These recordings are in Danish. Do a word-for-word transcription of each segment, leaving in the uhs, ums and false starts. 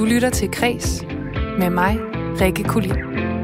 Du lytter til Kres med mig, Rikke Kulin.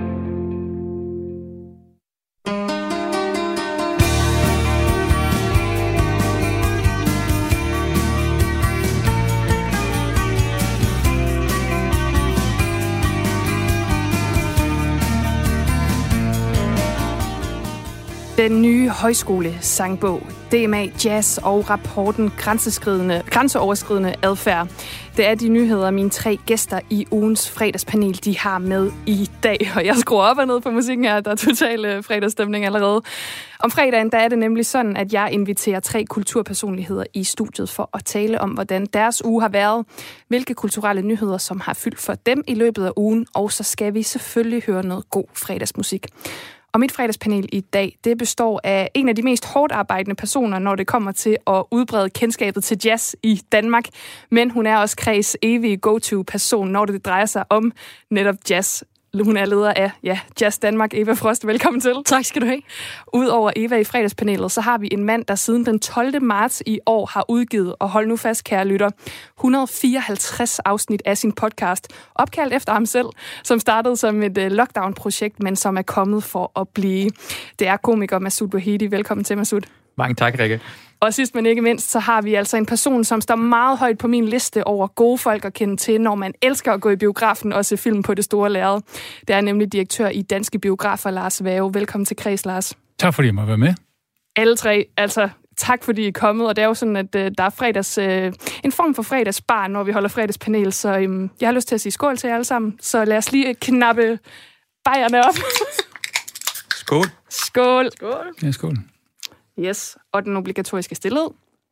Den nye højskolesangbog, D M A Jazz og rapporten grænseoverskridende, grænseoverskridende adfærd. Det er de nyheder, mine tre gæster i ugens fredagspanel, de har med i dag. Og jeg skruer op og ned på musikken her, der er total fredagsstemning allerede. Om fredagen, der er det nemlig sådan, at jeg inviterer tre kulturpersonligheder i studiet for at tale om, hvordan deres uge har været, hvilke kulturelle nyheder, som har fyldt for dem i løbet af ugen, og så skal vi selvfølgelig høre noget god fredagsmusik. Og mit fredagspanel i dag, det består af en af de mest hårdt arbejdende personer, når det kommer til at udbrede kendskabet til jazz i Danmark. Men hun er også Kres evige go-to-person, når det drejer sig om netop jazz. Hun er leder af ja, Jazz Danmark. Eva Frost, velkommen til. Tak skal du have. Udover Eva i fredagspanelet, så har vi en mand, der siden den tolvte marts i år har udgivet, og hold nu fast, kære lytter, et hundrede og fireoghalvtreds afsnit af sin podcast, opkaldt efter ham selv, som startede som et uh, lockdown-projekt, men som er kommet for at blive. Det er komiker Masoud Vahedi. Velkommen til, Masoud. Mange tak, Rikke. Og sidst men ikke mindst, så har vi altså en person, som står meget højt på min liste over gode folk at kende til, når man elsker at gå i biografen og se film på det store lærred. Det er nemlig direktør i Danske Biografer, Lars Vave. Velkommen til Kres, Lars. Tak fordi jeg må være med. Alle tre, altså tak fordi I er kommet, og det er jo sådan, at uh, der er fredags, uh, en form for fredagsbar, når vi holder fredagspanel, så um, jeg har lyst til at sige skål til jer alle sammen, så lad os lige knappe bajerne op. Skål. Skål. Skål. Ja, skål. Yes, og den obligatoriske stillhed.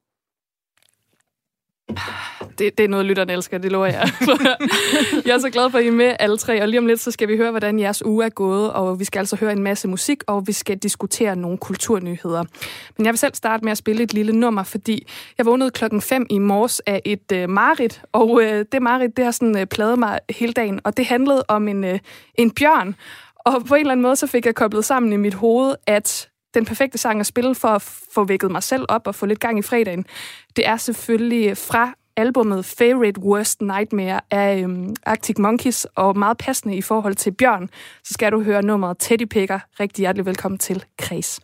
Det, det er noget, lytterne elsker, det lover jeg. Jeg er så glad for, at I er med alle tre, og lige om lidt, så skal vi høre, hvordan jeres uge er gået, og vi skal altså høre en masse musik, og vi skal diskutere nogle kulturnyheder. Men jeg vil selv starte med at spille et lille nummer, fordi jeg vågnede klokken fem i morges af et øh, mareridt, og øh, det mareridt, det har sådan øh, plaget mig hele dagen, og det handlede om en, øh, en bjørn, og på en eller anden måde, så fik jeg koblet sammen i mit hoved, at den perfekte sang at spille for at få vækket mig selv op og få lidt gang i fredagen, det er selvfølgelig fra albumet Favorite Worst Nightmare af øhm, Arctic Monkeys, og meget passende i forhold til bjørn, så skal du høre nummeret Teddy Picker. Rigtig hjertelig velkommen til Kres.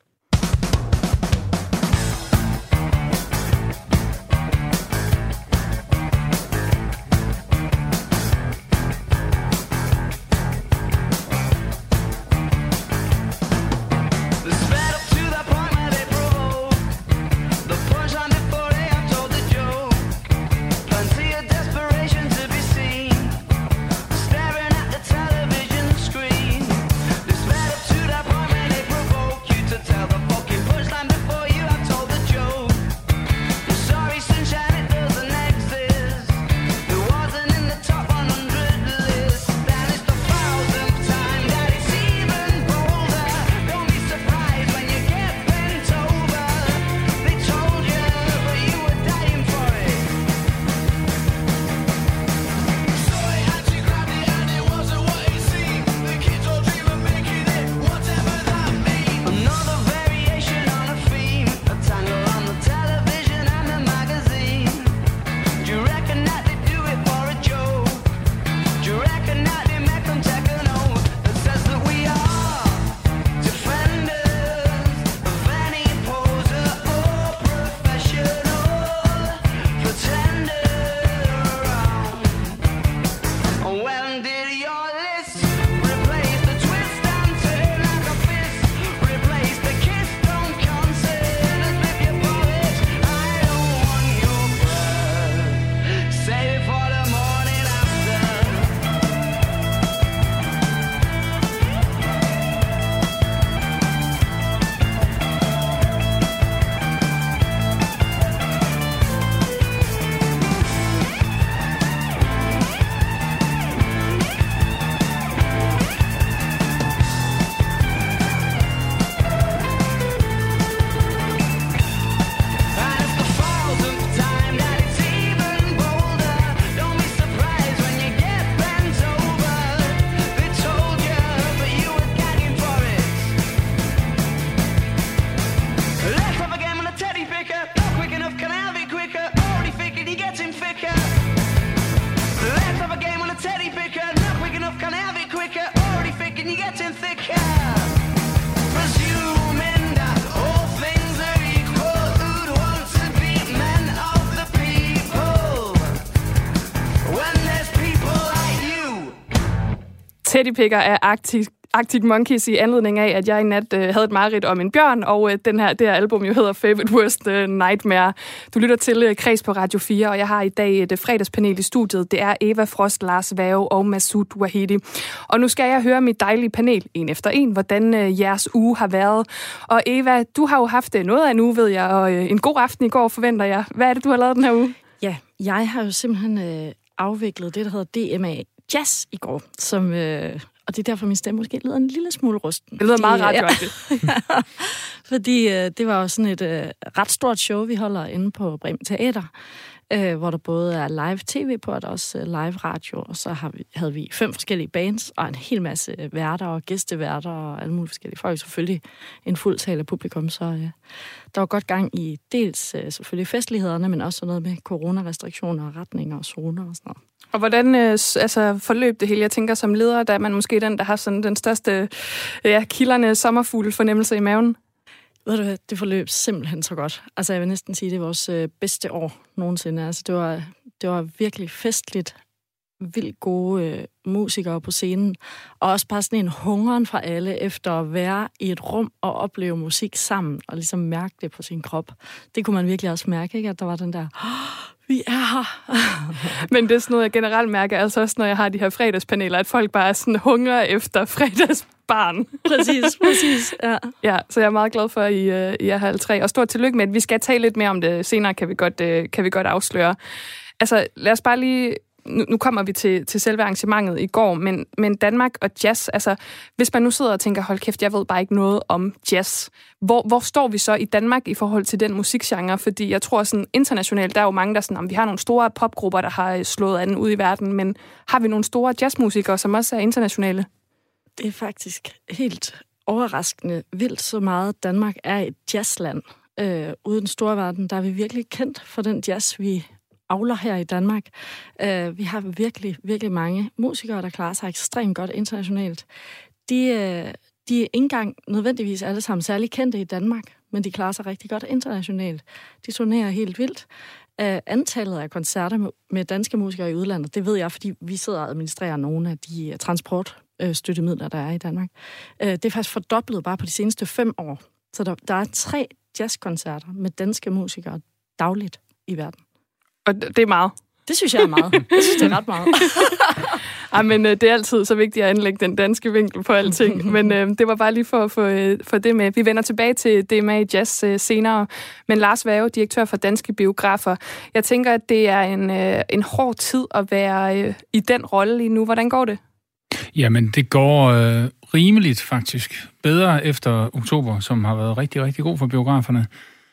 Tell Teddypicker af Arctic, Arctic Monkeys i anledning af, at jeg i nat øh, havde et mareridt om en bjørn, og øh, den her, det her album jo hedder Favorite Worst øh, Nightmare. Du lytter til øh, Kreds på Radio fire, og jeg har i dag et øh, fredagspanel i studiet. Det er Eva Frost, Lars Værge og Masoud Wahedi. Og nu skal jeg høre mit dejlige panel, en efter en, hvordan øh, jeres uge har været. Og Eva, du har jo haft øh, noget af en uge, ved jeg, og øh, en god aften i går, forventer jeg. Hvad er det, du har lavet den her uge? Ja, jeg har jo simpelthen øh, afviklet det, der hedder D M A Jazz i går, som... Øh, Og det er derfor, min stemme måske lyder en lille smule rusten. Det lyder meget radioagtigt. Ja, fordi øh, det var jo sådan et øh, ret stort show, vi holder inde på Bremen Teater, øh, hvor der både er live tv på, og også øh, live radio, og så har vi, havde vi fem forskellige bands, og en hel masse værter og gæsteværter, og alle mulige forskellige folk. Selvfølgelig en fuld tale af publikum, så øh, der var godt gang i dels øh, selvfølgelig festlighederne, men også noget med coronarestriktioner og retninger og zoner og sådan noget. Og hvordan øh, altså, forløb det hele? Jeg tænker, som leder, der er man måske den, der har sådan den største ja, kilderne sommerfugle fornemmelse i maven. Ved du hvad, det forløb simpelthen så godt. Altså, jeg vil næsten sige, det er vores øh, bedste år nogensinde. Altså, det var, det var virkelig festligt, vildt gode øh, musikere på scenen, og også bare sådan en hungeren fra alle efter at være i et rum og opleve musik sammen, og ligesom mærke det på sin krop. Det kunne man virkelig også mærke, ikke? At der var den der... Vi er her. Men det er sådan noget, jeg generelt mærker, altså også når jeg har de her fredagspaneler, at folk bare er sådan hungrer efter fredagsbarn. Præcis, præcis. Ja. Ja, så jeg er meget glad for, at I, uh, I er her alle tre. Og stort tillykke med, at vi skal tale lidt mere om det senere, kan vi godt, uh, kan vi godt afsløre. Altså, lad os bare lige... Nu, nu kommer vi til, til selve arrangementet i går, men, men Danmark og jazz, altså hvis man nu sidder og tænker, hold kæft, jeg ved bare ikke noget om jazz. Hvor, hvor står vi så i Danmark i forhold til den musikgenre? Fordi jeg tror sådan internationalt, der er jo mange, der sådan, om vi har nogle store popgrupper, der har slået an ud i verden, men har vi nogle store jazzmusikere, som også er internationale? Det er faktisk helt overraskende vildt, så meget Danmark er et jazzland. Øh, uden store verden, der er vi virkelig kendt for den jazz, vi avler her i Danmark. Uh, vi har virkelig, virkelig mange musikere, der klarer sig ekstremt godt internationalt. De, uh, de er ikke engang nødvendigvis alle sammen særlig kendte i Danmark, men de klarer sig rigtig godt internationalt. De turnerer helt vildt. Uh, antallet af koncerter med, med danske musikere i udlandet, det ved jeg, fordi vi sidder og administrerer nogle af de uh, transportstøttemidler, der er i Danmark. Uh, det er faktisk fordoblet bare på de seneste fem år. Så der, der er tre jazzkoncerter med danske musikere dagligt i verden. Og det er meget. Det synes jeg er meget. Jeg synes, det er ret meget. Ej, men øh, det er altid så vigtigt at anlægge den danske vinkel på alting. Men øh, det var bare lige for at få øh, for det med. Vi vender tilbage til D M A Jazz øh, senere. Men Lars Værge, direktør for Danske Biografer. Jeg tænker, at det er en, øh, en hård tid at være øh, i den rolle lige nu. Hvordan går det? Jamen, det går øh, rimeligt faktisk. Bedre efter oktober, som har været rigtig, rigtig god for biograferne.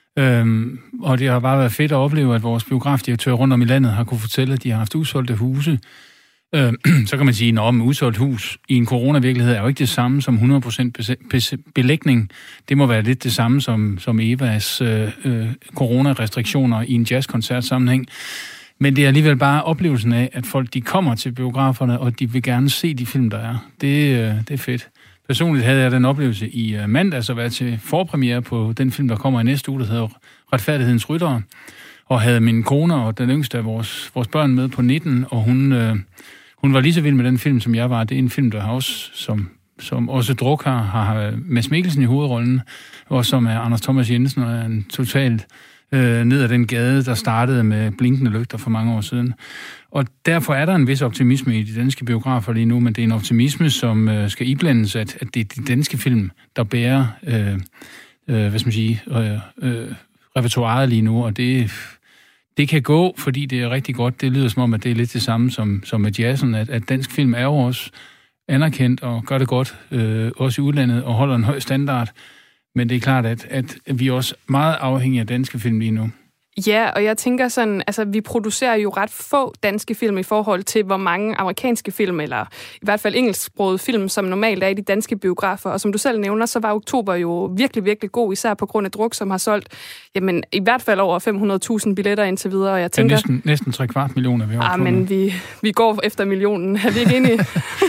Øhm, og det har bare været fedt at opleve, at vores biografdirektør rundt om i landet har kunne fortælle, at de har haft udsolgte huse. Øhm, så kan man sige, at udsolgt hus i en coronavirkelighed er jo ikke det samme som hundrede procent belægning. Det må være lidt det samme som, som Evas øh, øh, coronarestriktioner i en jazzkoncertsammenhæng. Men det er alligevel bare oplevelsen af, at folk de kommer til biograferne, og de vil gerne se de film, der er. Det, øh, det er fedt. Personligt havde jeg den oplevelse i mandags at være til forpremiere på den film, der kommer i næste uge, der hedder Retfærdighedens Ryttere, og havde min kone og den yngste af vores, vores børn med på nitten, og hun, øh, hun var lige så vild med den film, som jeg var. Det er en film, der har også, som, som også Druk har, har Mads Mikkelsen i hovedrollen, og som er Anders Thomas Jensen, og er en totalt øh, ned ad den gade, der startede med blinkende lygter for mange år siden. Og derfor er der en vis optimisme i de danske biografer lige nu, men det er en optimisme, som øh, skal iblandes, at, at det er de danske film, der bærer øh, øh, hvad skal man sige, øh, øh, repertoiret lige nu, og det, det kan gå, fordi det er rigtig godt. Det lyder som om, at det er lidt det samme som, som med jazzen, at, at dansk film er jo også anerkendt og gør det godt, øh, også i udlandet, og holder en høj standard. Men det er klart, at, at vi er også meget afhængige af danske film lige nu. Ja, og jeg tænker sådan, altså vi producerer jo ret få danske film i forhold til, hvor mange amerikanske film, eller i hvert fald engelsksprogede film, som normalt er i de danske biografer. Og som du selv nævner, så var oktober jo virkelig, virkelig god, især på grund af Druk, som har solgt, jamen i hvert fald over fem hundrede tusind billetter indtil videre. Og jeg tænker, ja, næsten, næsten tre kvart millioner, vi har ah, men vi, vi går efter millionen. Er vi ikke enige?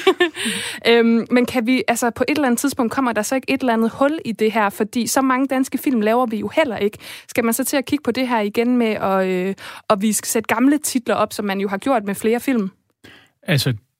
øhm, men kan vi, altså på et eller andet tidspunkt, kommer der så ikke et eller andet hul i det her? Fordi så mange danske film laver vi jo heller ikke. Skal man så til at kigge på det her igen med, at, øh, at vi skal sætte gamle titler op, som man jo har gjort med flere film? Altså,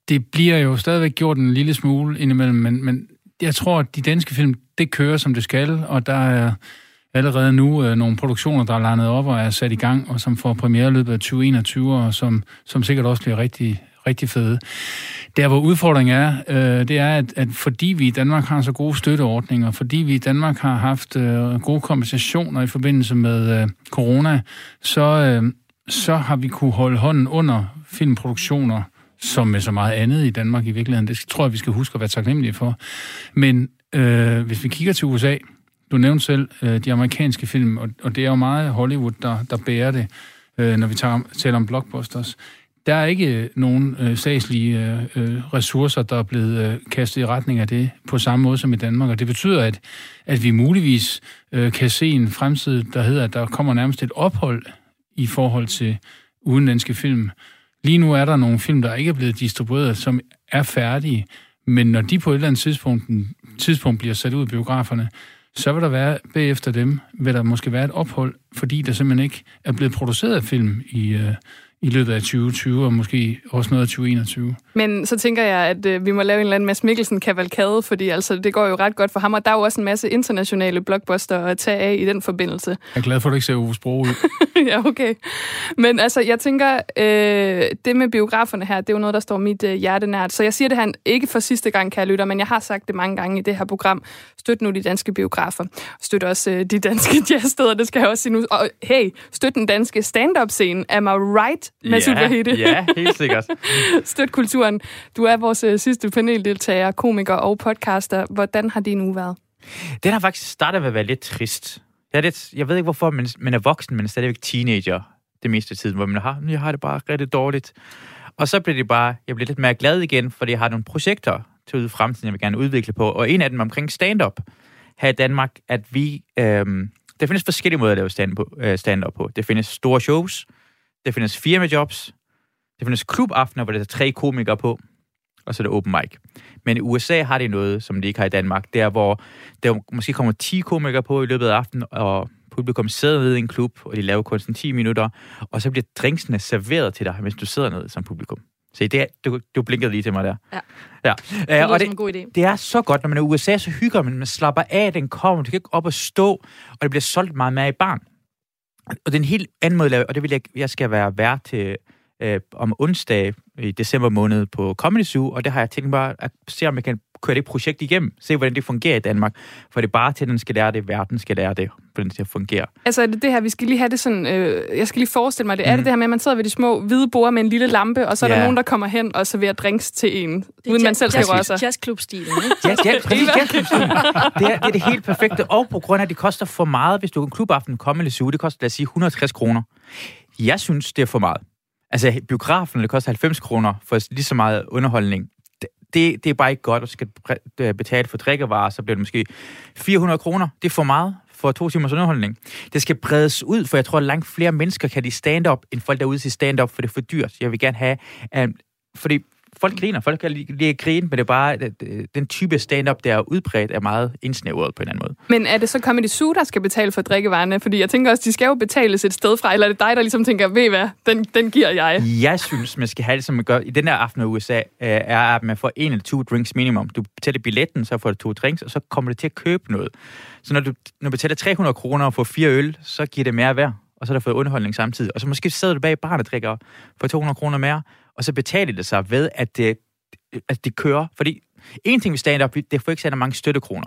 det bliver jo stadigvæk gjort en lille smule indimellem, men, men jeg tror, at de danske film, det kører, som det skal, og der er allerede nu øh, nogle produktioner, der er landet op og er sat i gang, og som får premiere i løbet af tyve enogtyve, og som, som sikkert også bliver rigtig, rigtig fede. Der, hvor udfordringen er, øh, det er, at, at fordi vi i Danmark har så gode støtteordninger, fordi vi i Danmark har haft øh, gode kompensationer i forbindelse med øh, corona, så, øh, så har vi kunne holde hånden under filmproduktioner, som med så meget andet i Danmark i virkeligheden. Det tror jeg, vi skal huske at være taknemmelige for. Men øh, hvis vi kigger til U S A, du nævnte selv øh, de amerikanske film, og, og det er jo meget Hollywood, der, der bærer det, øh, når vi tager, taler om blockbusters. Der er ikke nogen øh, statslige øh, ressourcer, der er blevet øh, kastet i retning af det på samme måde som i Danmark, og det betyder, at, at vi muligvis øh, kan se en fremtid, der hedder, at der kommer nærmest et ophold i forhold til udenlandske film. Lige nu er der nogle film, der ikke er blevet distribueret, som er færdige, men når de på et eller andet tidspunkt, tidspunkt bliver sat ud af biograferne, så vil der være, bagefter dem, vil der måske være et ophold, fordi der simpelthen ikke er blevet produceret film i, øh, i løbet af tyve tyve, og måske også noget af tyve enogtyve. Men så tænker jeg, at øh, vi må lave en eller anden Mads Mikkelsen-kavalkade, fordi altså, det går jo ret godt for ham, og der er jo også en masse internationale blockbuster at tage af i den forbindelse. Jeg er glad for, at du ikke ser Ove Sprogøe ud. Ja, okay. Men altså, jeg tænker, øh, det med biograferne her, det er jo noget, der står mit øh, hjerte nært. Så jeg siger det her ikke for sidste gang, kære lytter, men jeg har sagt det mange gange i det her program. Støt nu de danske biografer. Støt også øh, de danske jazzsteder, det skal jeg også sige nu. Og hey, støt den danske stand-up-scene. Am I right, Masud Vahidi? Ja, helt sikkert. Støt kulturen. Du er vores øh, sidste paneldeltager, komiker og podcaster. Hvordan har din uge været? Den har faktisk startet med at være lidt trist. Jeg, er lidt, jeg ved ikke, hvorfor man, man er voksen, men er stadigvæk teenager det meste af tiden, hvor man har, jeg har det bare rigtig dårligt. Og så bliver det bare, jeg bliver lidt mere glad igen, fordi jeg har nogle projekter til ude i fremtiden, jeg vil gerne udvikle på. Og en af dem omkring stand-up her i Danmark, at vi... Øhm, der findes forskellige måder at lave stand på, øh, stand-up på. Der findes store shows, der findes firmajobs, der findes klubaftener, hvor der er tre komikere på, og så er det open mic. Men i U S A har de noget, som de ikke har i Danmark, der hvor der måske kommer ti komikere på i løbet af aftenen, og publikum sidder nede i en klub, og de laver kun sådan ti minutter, og så bliver drinksene serveret til dig, mens du sidder nede som publikum. Så det er, du, du blinkede lige til mig der. Ja. Ja. Det er og det, en god idé. Det er så godt, når man er i U S A, så hygger man, man slapper af, den kommer, du kan ikke op og stå, og det bliver solgt meget mere i barn. Og det er en helt anden måde at lave, og det vil jeg, jeg skal være vært til øh, om onsdag i december måned på Comedy Zoo, og det har jeg tænkt bare at se, om jeg kan køre det projekt igennem, se hvordan det fungerer i Danmark, for det er bare til, at den skal lære det, verden skal lære det, hvordan det fungerer. Altså er det det her, vi skal lige have det sådan, øh, jeg skal lige forestille mig det, mm. er det det her med, at man sidder ved de små hvide borde med en lille lampe, og så er yeah. der nogen, der kommer hen og serverer drinks til en, uden man selv skal røre sig. Jazzklub-stilen, ikke? Ja, ja, præcis, jazzklub-stilen. Det er, det er det helt perfekte, og på grund af, at det koster for meget, hvis du er en klubaften kommer eller suge, det koster, lad os sige, et hundrede og tres kroner. Jeg synes, det er for meget. Altså, biografen, det koster halvfems kroner for lige så meget underholdning. Det, det er bare ikke godt, at du skal betale for drikkevarer, så bliver det måske fire hundrede kroner. Det er for meget for to timers underholdning. Det skal bredes ud, for jeg tror, at langt flere mennesker kan lide stand-up, end folk derude til stand-up, for det er for dyrt. Jeg vil gerne have... Um, fordi folk griner, folk kan lide at grine, men det er bare... Den type stand-up, der er udbredt, er meget indsnævret på en anden måde. Men er det så Comedy Zoo, der skal betale for drikkevarerne? Fordi jeg tænker også, de skal jo betales et sted fra, eller er det dig, der ligesom tænker, ved I hvad, den, den giver jeg? Jeg synes, man skal have det, som man gør i den her aften i U S A, er, at man får en eller to drinks minimum. Du betaler billetten, så får du to drinks, og så kommer du til at købe noget. Så når du, når du betaler tre hundrede kroner og får fire øl, så giver det mere værd, og så har du fået underholdning samtidig. Og så måske sidder du bag i baren og drikker for to hundrede kroner mere, og så betaler det sig ved, at det, at det kører. Fordi en ting ved stand-up, det får ikke særlig mange støttekroner.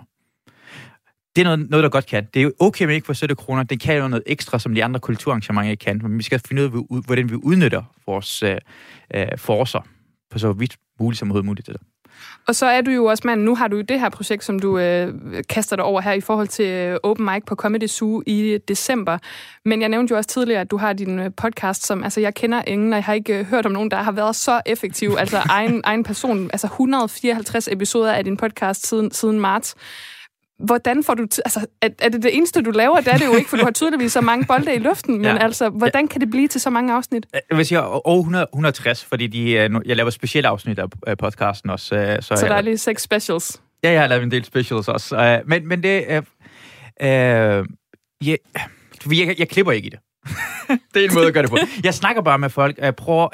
Det er noget, noget, der godt kan. Det er jo okay, man ikke får støttekroner. Det kan jo noget ekstra, som de andre kulturarrangementer ikke kan. Men vi skal finde ud af, hvordan vi udnytter vores øh, øh, forcer på så vidt muligt som overhovedet muligt. Og så er du jo også, mand, nu har du jo det her projekt, som du øh, kaster dig over her i forhold til øh, Open Mic på Comedy Zoo i december. Men jeg nævnte jo også tidligere, at du har din øh, podcast, som, altså jeg kender ingen, og jeg har ikke øh, hørt om nogen, der har været så effektiv, altså egen, egen person, altså et hundrede og fireoghalvtreds episoder af din podcast siden, siden marts. Hvordan får du... T- altså, er, er det det eneste, du laver? Det er det jo ikke, for du har tydeligvis så mange bolde i luften, men ja. altså, hvordan ja. kan det blive til så mange afsnit? Jeg vil sige over hundrede, hundrede og tres, fordi de, jeg laver specielle afsnit af podcasten også. Så, så der er lige seks specials? Ja, jeg har lavet en del specials også. Men, men det... Øh, øh, jeg, jeg, jeg klipper ikke i det. Det er en måde at gøre det på. Jeg snakker bare med folk, og jeg prøver... Jeg,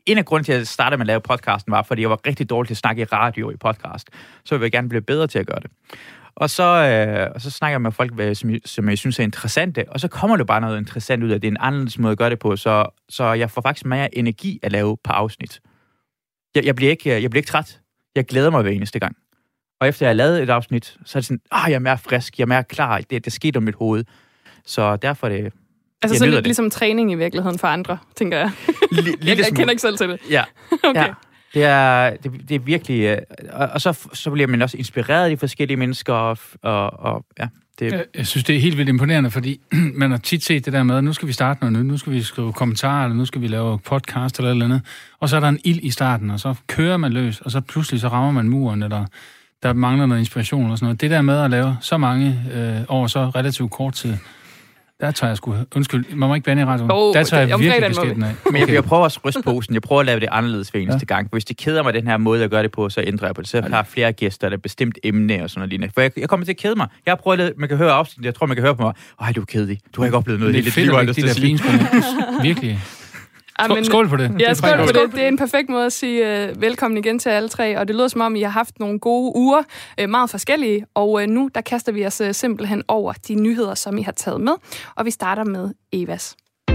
en af grunden til, at jeg startede med at lave podcasten, var, fordi jeg var rigtig dårlig til at snakke i radio i podcast. Så jeg vil gerne blive bedre til at gøre det. Og så, øh, og så snakker jeg med folk, som, som jeg synes er interessante, og så kommer det bare noget interessant ud af det. Det er en anderledes måde at gøre det på, så, så jeg får faktisk mere energi at lave på afsnit. Jeg, jeg, bliver ikke, jeg bliver ikke træt. Jeg glæder mig hver eneste gang. Og efter jeg har lavet et afsnit, så er det sådan, ah, jeg er mere frisk, jeg er mere klar, det, det sker om mit hoved. Så derfor er det... Altså så lidt det. Ligesom træning i virkeligheden for andre, tænker jeg. L- jeg, jeg kender ikke selv til det. Ja, okay. ja. Det er, det, det er virkelig... Og, og så, så bliver man også inspireret af de forskellige mennesker, og, og, og ja... Det... Jeg, jeg synes, det er helt vildt imponerende, fordi man har tit set det der med, nu skal vi starte noget nyt, nu skal vi skrive kommentarer, eller nu skal vi lave podcast eller eller andet, og så er der en ild i starten, og så kører man løs, og så pludselig så rammer man muren, eller der mangler noget inspiration og sådan noget. Det der med at lave så mange øh, over så relativt kort tid, der tager jeg sgu... Undskyld, man må ikke bande i radioen. Oh, der tager jeg virkelig beskeden af. Okay. Men jeg, jeg prøver også at ryste posen. Jeg prøver at lave det anderledes hver eneste ja. gang. Hvis det keder mig den her måde at gøre det på, så ændrer jeg på det. Så jeg har flere gæster, der er bestemt emne og sådan noget lignende. For jeg, jeg kommer til at kede mig. Jeg har prøvet det, man kan høre afsnit. Jeg tror, man kan høre på mig. Ej, du er kedelig. Du har ikke oplevet noget hele dit liv. Det er fedt, at virkelig. Amen, skål på det. Ja, skål på det. Det er en perfekt måde at sige uh, velkommen igen til alle tre, og det lyder som om, I har haft nogle gode uger, uh, meget forskellige, og uh, nu der kaster vi os uh, simpelthen over de nyheder, som I har taget med, og vi starter med Evas.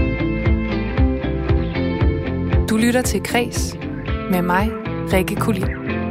Du lytter til Kres med mig, Rikke Kulin.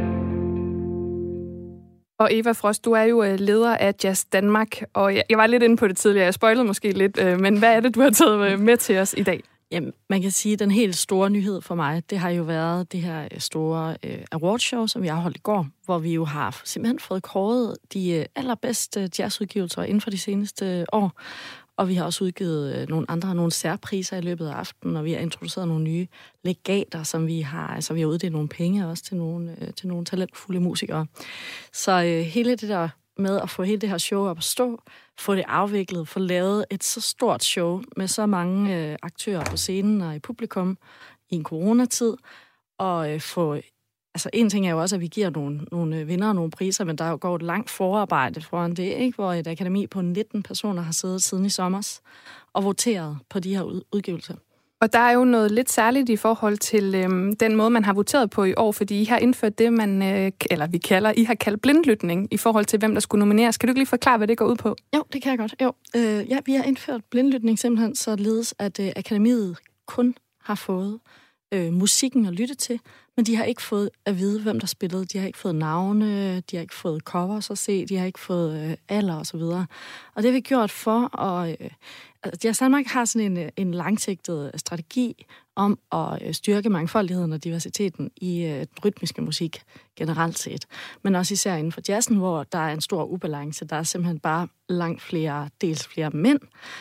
Og Eva Frost, du er jo uh, leder af Jazz Danmark, og jeg, jeg var lidt inde på det tidligere, jeg spoilede måske lidt, uh, men hvad er det, du har taget uh, med til os i dag? Jamen, man kan sige, at den helt store nyhed for mig, det har jo været det her store øh, awardshow, som vi afholdt i går, hvor vi jo har simpelthen fået kåret de øh, allerbedste jazzudgivelser inden for de seneste år. Og vi har også udgivet øh, nogle andre, nogle særpriser i løbet af aftenen, og vi har introduceret nogle nye legater, som vi har, altså vi har uddelt nogle penge også til nogle, øh, til nogle talentfulde musikere. Så øh, hele det der med at få hele det her show op at stå, få det afviklet, få lavet et så stort show med så mange øh, aktører på scenen og i publikum i en coronatid, og øh, få... Altså, en ting er jo også, at vi giver nogle, nogle vinder og nogle priser, men der jo går et langt forarbejde foran det, ikke? Hvor et akademi på nitten personer har siddet siden i sommers og voteret på de her udgivelser. Og der er jo noget lidt særligt i forhold til øhm, den måde, man har voteret på i år, fordi I har indført det, man, øh, eller vi kalder, I har kaldt blindlytning i forhold til, hvem der skulle nomineres. Kan du ikke lige forklare, hvad det går ud på? Jo, det kan jeg godt. Jo. Øh, ja, vi har indført blindlytning simpelthen, således at øh, akademiet kun har fået øh, musikken at lytte til, men de har ikke fået at vide, hvem der spillede. De har ikke fået navne, de har ikke fået covers at se, de har ikke fået øh, alder og så videre. Og det har vi gjort for at... Øh, Jazz Danmark har sådan en, en langsigtet strategi om at styrke mangfoldigheden og diversiteten i øh, den rytmiske musik generelt set. Men også især inden for jazzen, hvor der er en stor ubalance. Der er simpelthen bare langt flere, dels flere mænd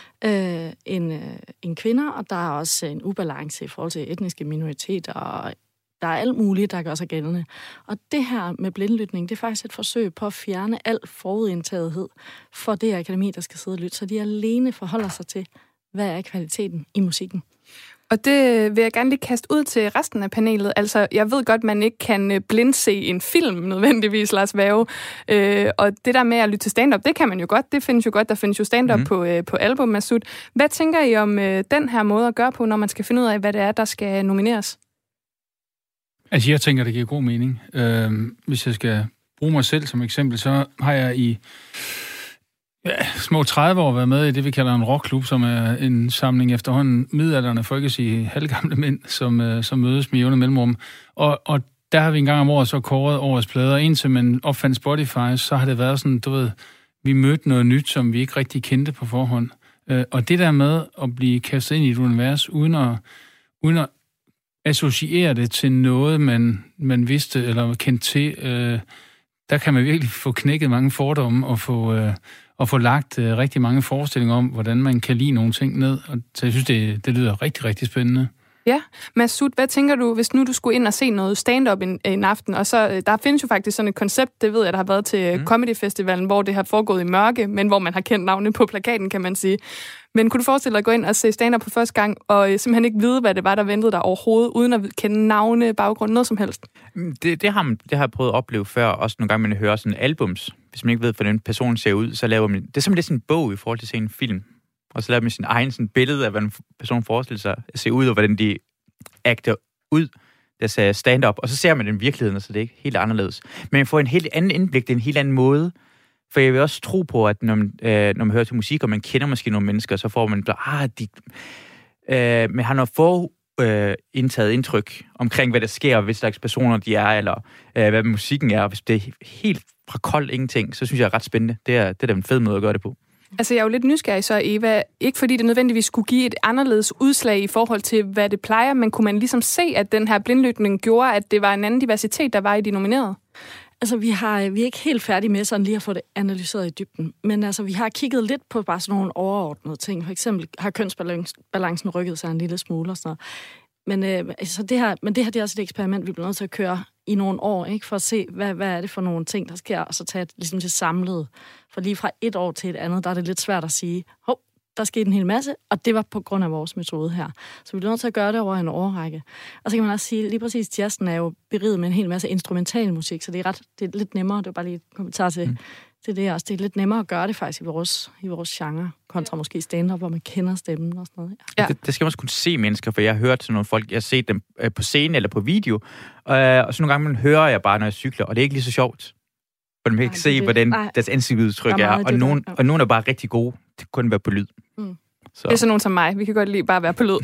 øh, end, øh, end kvinder, og der er også en ubalance i forhold til etniske minoriteter, og der er alt muligt, der gør sig gældende. Og det her med blindlytning, det er faktisk et forsøg på at fjerne al forudindtagethed for det akademi, der skal sidde og lytte, så de alene forholder sig til, hvad er kvaliteten i musikken. Og det vil jeg gerne lige kaste ud til resten af panelet. Altså, jeg ved godt, man ikke kan blindse en film nødvendigvis, Lars Vave. Øh, og det der med at lytte til stand-up, det kan man jo godt. Det findes jo godt. Der findes jo stand-up mm. på, øh, på album, Masud. Hvad tænker I om øh, den her måde at gøre på, når man skal finde ud af, hvad det er, der skal nomineres? Altså, jeg tænker, det giver god mening. Øh, hvis jeg skal bruge mig selv som eksempel, så har jeg i ja, små tredive år været med i det, vi kalder en rockklub, som er en samling efterhånden midaldrende, for ikke at sige halvgamle mænd, som, øh, som mødes med jævne mellemrum. Og, og der har vi en gang om året så kåret årets plader. Indtil man opfandt Spotify, så har det været sådan, du ved, vi mødte noget nyt, som vi ikke rigtig kendte på forhånd. Øh, og det der med at blive kastet ind i et univers, uden at, uden at associere det til noget, man, man vidste eller kendte til, øh, der kan man virkelig få knækket mange fordomme og få, øh, og få lagt øh, rigtig mange forestillinger om, hvordan man kan lide nogle ting ned. Og så jeg synes, det, det lyder rigtig, rigtig spændende. Ja, Masud, hvad tænker du, hvis nu du skulle ind og se noget stand-up en, en aften, og så, der findes jo faktisk sådan et koncept, det ved jeg, der har været til mm. Comedy Festivalen, hvor det har foregået i mørke, men hvor man har kendt navne på plakaten, kan man sige. Men kunne du forestille dig at gå ind og se stand-up på første gang, og simpelthen ikke vide, hvad det var, der ventede dig overhovedet, uden at kende navne, baggrund, noget som helst? Det, det, har, man, det har jeg prøvet at opleve før, også nogle gange, man hører sådan albums. Hvis man ikke ved, hvordan personen ser ud, så laver man... Det er simpelthen lidt sådan en bog i forhold til at se en film. Og så laver man sin egen sådan billede af, hvordan personen forestiller sig at se ud, og hvordan de acter ud. deres stand-up, og så ser man den virkeligheden, så det er ikke helt anderledes. Men man får en helt anden indblik, det er en helt anden måde. For jeg vil også tro på, at når man, øh, når man hører til musik, og man kender måske nogle mennesker, så får man bare, ah, de... Øh, men har noget få øh, indtaget indtryk omkring, hvad der sker, hvis slags personer de er, eller øh, hvad musikken er. Hvis det er helt fra kold ingenting, så synes jeg er ret spændende. Det er, det er da en fed måde at gøre det på. Altså, jeg er jo lidt nysgerrig så, Eva. Ikke fordi det nødvendigvis skulle give et anderledes udslag i forhold til, hvad det plejer, men kunne man ligesom se, at den her blindlytning gjorde, at det var en anden diversitet, der var i de nominerede? Altså, vi, har, vi er ikke helt færdige med sådan lige at få det analyseret i dybden, men altså, vi har kigget lidt på bare sådan nogle overordnede ting. For eksempel har kønsbalancen rykket sig en lille smule og sådan noget. Men, øh, altså det her, men det her det er også et eksperiment, vi bliver nødt til at køre i nogle år, ikke, for at se, hvad, hvad er det for nogle ting, der sker, og så tage ligesom det samlede. For lige fra et år til et andet, der er det lidt svært at sige, hov, der skete en hel masse, og det var på grund af vores metode her. Så vi bliver nødt til at gøre det over en årrække. Og så kan man også sige, lige præcis jazzen er jo beriget med en hel masse instrumental musik, så det er, ret, det er lidt nemmere, det er bare lige et kommentar til, mm. til det også. Det er lidt nemmere at gøre det faktisk i vores, i vores genre, kontra måske stand-up, hvor man kender stemmen og sådan noget. Ja. Det, det skal man også kunne se mennesker, for jeg har hørt sådan nogle folk, jeg har set dem på scene eller på video, øh, og så nogle gange man hører jeg bare, når jeg cykler, og det er ikke lige så sjovt. For man kan ikke se, hvordan nej. deres ansigtsudtryk er, og, nogen, og nogen er bare rigtig gode. Det kunne være på lyd. Mm. Så. Det er sådan nogen som mig. Vi kan godt lide bare at være på lyd.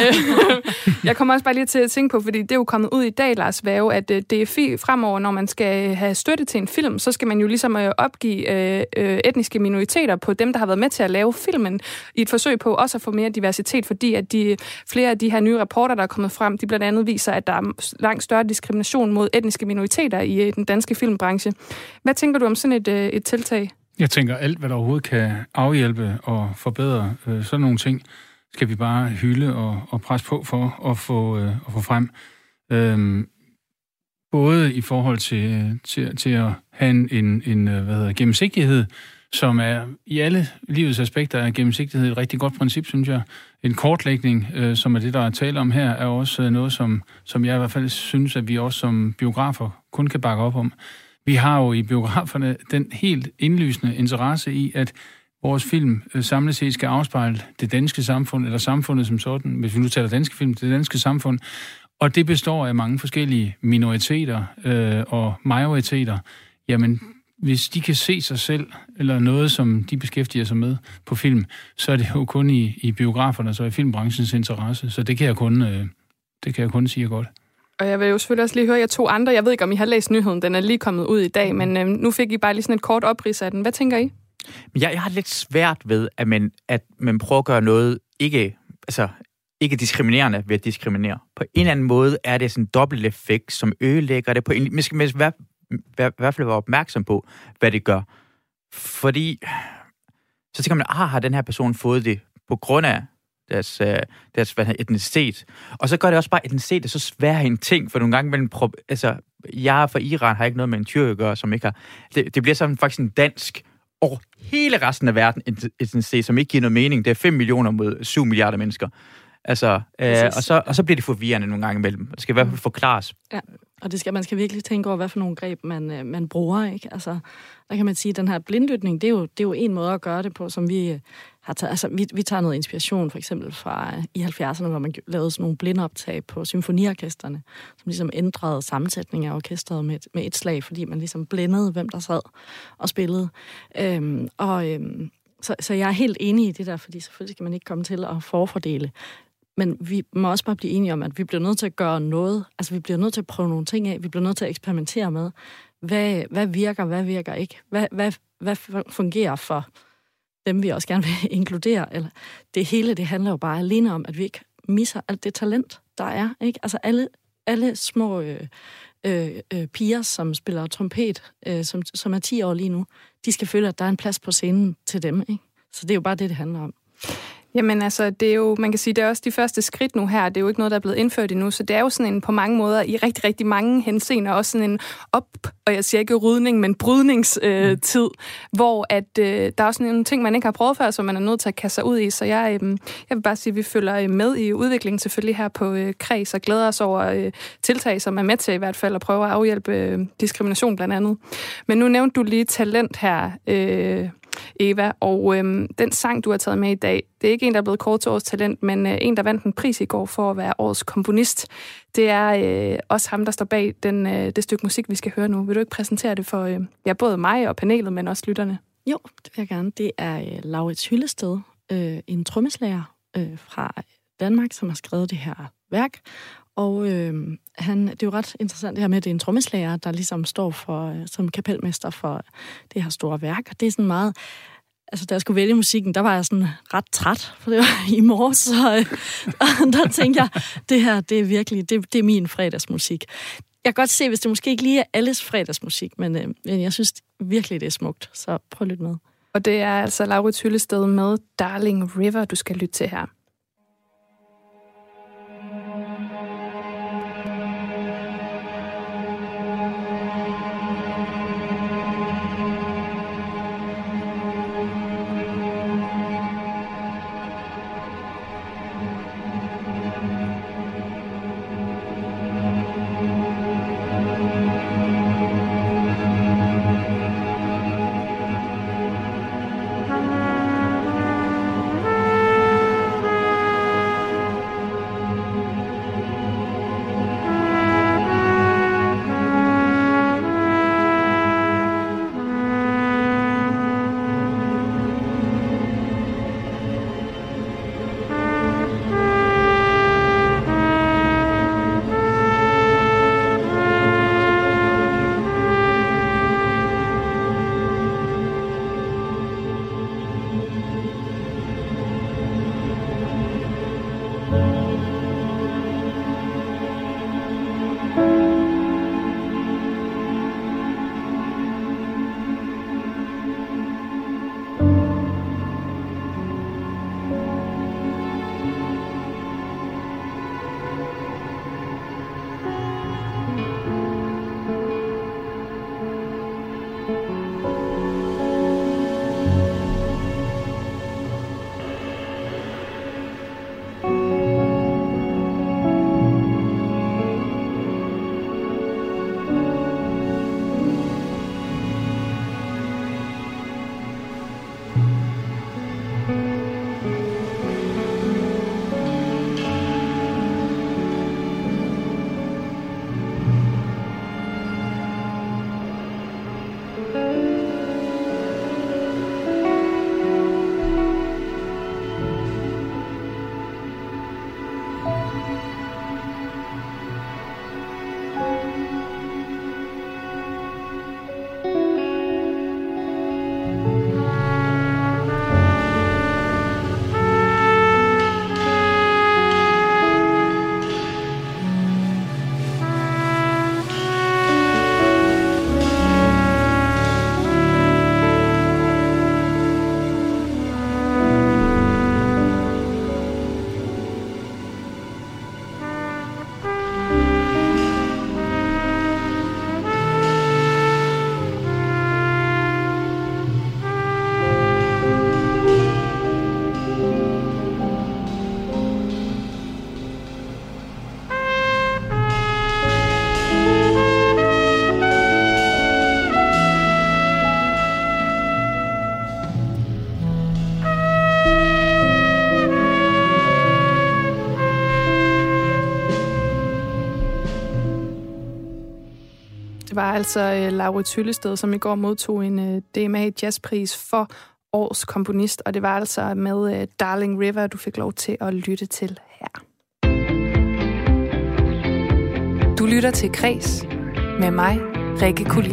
Jeg kommer også bare lige til at tænke på, fordi det er jo kommet ud i dag, Lars Vave, at D F I fremover, når man skal have støtte til en film, så skal man jo ligesom opgive øh, etniske minoriteter på dem, der har været med til at lave filmen, i et forsøg på også at få mere diversitet, fordi at de, flere af de her nye rapporter, der er kommet frem, de blandt andet viser, at der er langt større diskrimination mod etniske minoriteter i den danske filmbranche. Hvad tænker du om sådan et, et tiltag? Jeg tænker, alt, hvad der overhovedet kan afhjælpe og forbedre øh, sådan nogle ting, skal vi bare hylde og, og presse på for at få, øh, at få frem. Øhm, både i forhold til, til, til at have en, en, en hvad hedder, gennemsigtighed, som er i alle livets aspekter er gennemsigtighed et rigtig godt princip, synes jeg. En kortlægning, øh, som er det, der er tale om her, er også noget, som, som jeg i hvert fald synes, at vi også som biografer kun kan bakke op om. Vi har jo i biograferne den helt indlysende interesse i, at vores film samlet set skal afspejle det danske samfund, eller samfundet som sådan, hvis vi nu taler danske film, det danske samfund. Og det består af mange forskellige minoriteter øh, og majoriteter. Jamen, hvis de kan se sig selv, eller noget, som de beskæftiger sig med på film, så er det jo kun i, i biograferne, så i filmbranchens interesse. Så det kan jeg kun, øh, det kan jeg kun sige godt. Og jeg vil jo selvfølgelig også lige høre jer to andre. Jeg ved ikke, om I har læst nyheden. Den er lige kommet ud i dag, men øh, nu fik I bare lige sådan et kort oprids af den. Hvad tænker I? Jeg, jeg har lidt svært ved, at man, at man prøver at gøre noget ikke, altså, ikke diskriminerende ved at diskriminere. På en eller anden måde er det sådan en dobbelt effekt, som ødelægger det. På en, man skal i hvert, hvert fald være opmærksom på, hvad det gør. Fordi så tænker man, ah, har den her person fået det på grund af deres, deres hvad, etnicitet. Og så gør det også bare, at etnicitet er så svær en ting, for nogle gange mellem, altså, jeg er fra Iran, har ikke noget med en tyrker at gøre, som ikke har. Det, det bliver sådan faktisk en dansk over hele resten af verden etnicitet, som ikke giver noget mening. Det er fem millioner mod syv milliarder mennesker. Altså, øh, og, så, og så bliver det forvirrende nogle gange imellem. Det skal i hvert fald forklares. Ja, og det skal, man skal virkelig tænke over, hvad for nogle greb man, man bruger, ikke? Altså, der kan man sige, at den her blindlytning, det er jo, det er jo en måde at gøre det på, som vi har taget. Altså, vi, vi tager noget inspiration, for eksempel fra i halvfjerdserne, hvor man lavede sådan nogle blindoptag på symfoniorkesterne, som ligesom ændrede sammensætningen af orkestret med, med et slag, fordi man ligesom blindede, hvem der sad og spillede. Øhm, og øhm, så, så jeg er helt enig i det der, fordi selvfølgelig skal man ikke komme til at forfordele. Men vi må også bare blive enige om, at vi bliver nødt til at gøre noget. Altså, vi bliver nødt til at prøve nogle ting af. Vi bliver nødt til at eksperimentere med, hvad, hvad virker, hvad virker ikke. Hvad, hvad, hvad fungerer for dem, vi også gerne vil inkludere. Eller, det hele, det handler jo bare alene om, at vi ikke misser alt det talent, der er. Ikke? Altså, alle, alle små øh, øh, øh, piger, som spiller trompet, øh, som, som er ti år lige nu, de skal føle, at der er en plads på scenen til dem. Ikke? Så det er jo bare det, det handler om. Jamen altså, det er jo, man kan sige, det er også de første skridt nu her. Det er jo ikke noget, der er blevet indført endnu, så det er jo sådan en på mange måder, i rigtig, rigtig mange henseender, også sådan en op, og jeg siger ikke rydning, men brydningstid, øh, hvor at, øh, der er også nogle ting, man ikke har prøvet før, som man er nødt til at kaste sig ud i. Så jeg, øh, jeg vil bare sige, at vi følger med i udviklingen selvfølgelig her på øh, Kreds, og glæder os over øh, tiltag, som er med til i hvert fald at prøve at afhjælpe øh, diskrimination blandt andet. Men nu nævnte du lige talent her, øh, Eva. Og øhm, den sang, du har taget med i dag, det er ikke en, der er blevet kåret til årets talent, men øh, en, der vandt en pris i går for at være årets komponist. Det er øh, også ham, der står bag den, øh, det stykke musik, vi skal høre nu. Vil du ikke præsentere det for øh, ja, både mig og panelet, men også lytterne? Jo, det vil jeg gerne. Det er øh, Laurits Hyllested, øh, en trommeslager øh, fra Danmark, som har skrevet det her værk. Og øh, han, det er jo ret interessant det her med, at det er en trommeslager, der ligesom står for, øh, som kapelmester for det her store værk. Og det er sådan meget... Altså, da jeg skulle vælge musikken, der var jeg sådan ret træt, for det var i morges, så øh, og der tænkte jeg, det her, det er virkelig, det, det er min fredagsmusik. Jeg kan godt se, hvis det måske ikke lige er alles fredagsmusik, men, øh, men jeg synes virkelig, det er smukt, så prøv at lytte med. Og det er altså Laurits Hyllested med Darling River, du skal lytte til her. var altså uh, Laurits Hyllested, som i går modtog en uh, D M A Jazzpris for årets komponist, og det var altså med uh, Darling River, du fik lov til at lytte til her. Du lytter til Kres med mig, Rikke Kulin.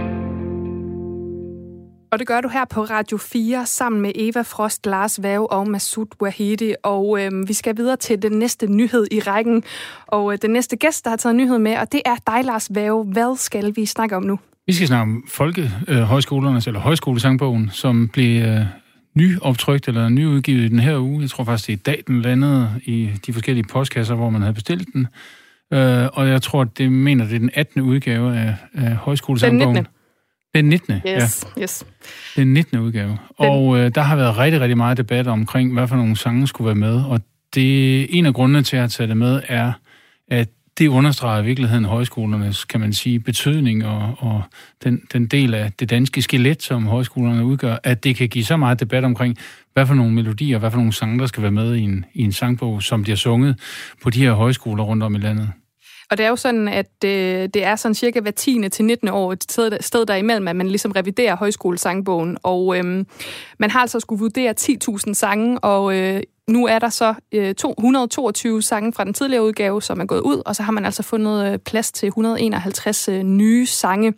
Og det gør du her på Radio fire sammen med Eva Frost, Lars Vave og Masoud Wahidi. Og øh, vi skal videre til den næste nyhed i rækken. Og øh, den næste gæst, der har taget nyhed med, og det er dig, Lars Vave. Hvad skal vi snakke om nu? Vi skal snakke om folkehøjskolernes, øh, eller højskolesangbogen, som blev øh, nyoptrykt eller nyudgivet i den her uge. Jeg tror faktisk, det er i dag, den landede i de forskellige postkasser, hvor man havde bestilt den. Øh, og jeg tror, det mener, det er den attende udgave af, af højskolesangbogen. Den nittende Den nittende Yes, ja. yes. Den nittende udgave. Den. Og øh, der har været rigtig, rigtig meget debat omkring, hvad for nogle sange skulle være med. Og det en af grundene til at tage det med er, at det understreger i virkeligheden højskolernes, kan man sige, betydning og, og den, den del af det danske skelet, som højskolerne udgør, at det kan give så meget debat omkring, hvad for nogle melodier, hvad for nogle sange, der skal være med i en, i en sangbog, som bliver sunget på de her højskoler rundt om i landet. Og det er jo sådan, at øh, det er sådan cirka hver tiende til nittende år et sted, sted derimellem, at man ligesom reviderer højskolesangbogen. Og øh, man har altså skulle vurdere ti tusind sange, og øh, nu er der så øh, to hundrede og toogtyve sange fra den tidligere udgave, som er gået ud, og så har man altså fundet øh, plads til et hundrede og enoghalvtreds øh, nye sange.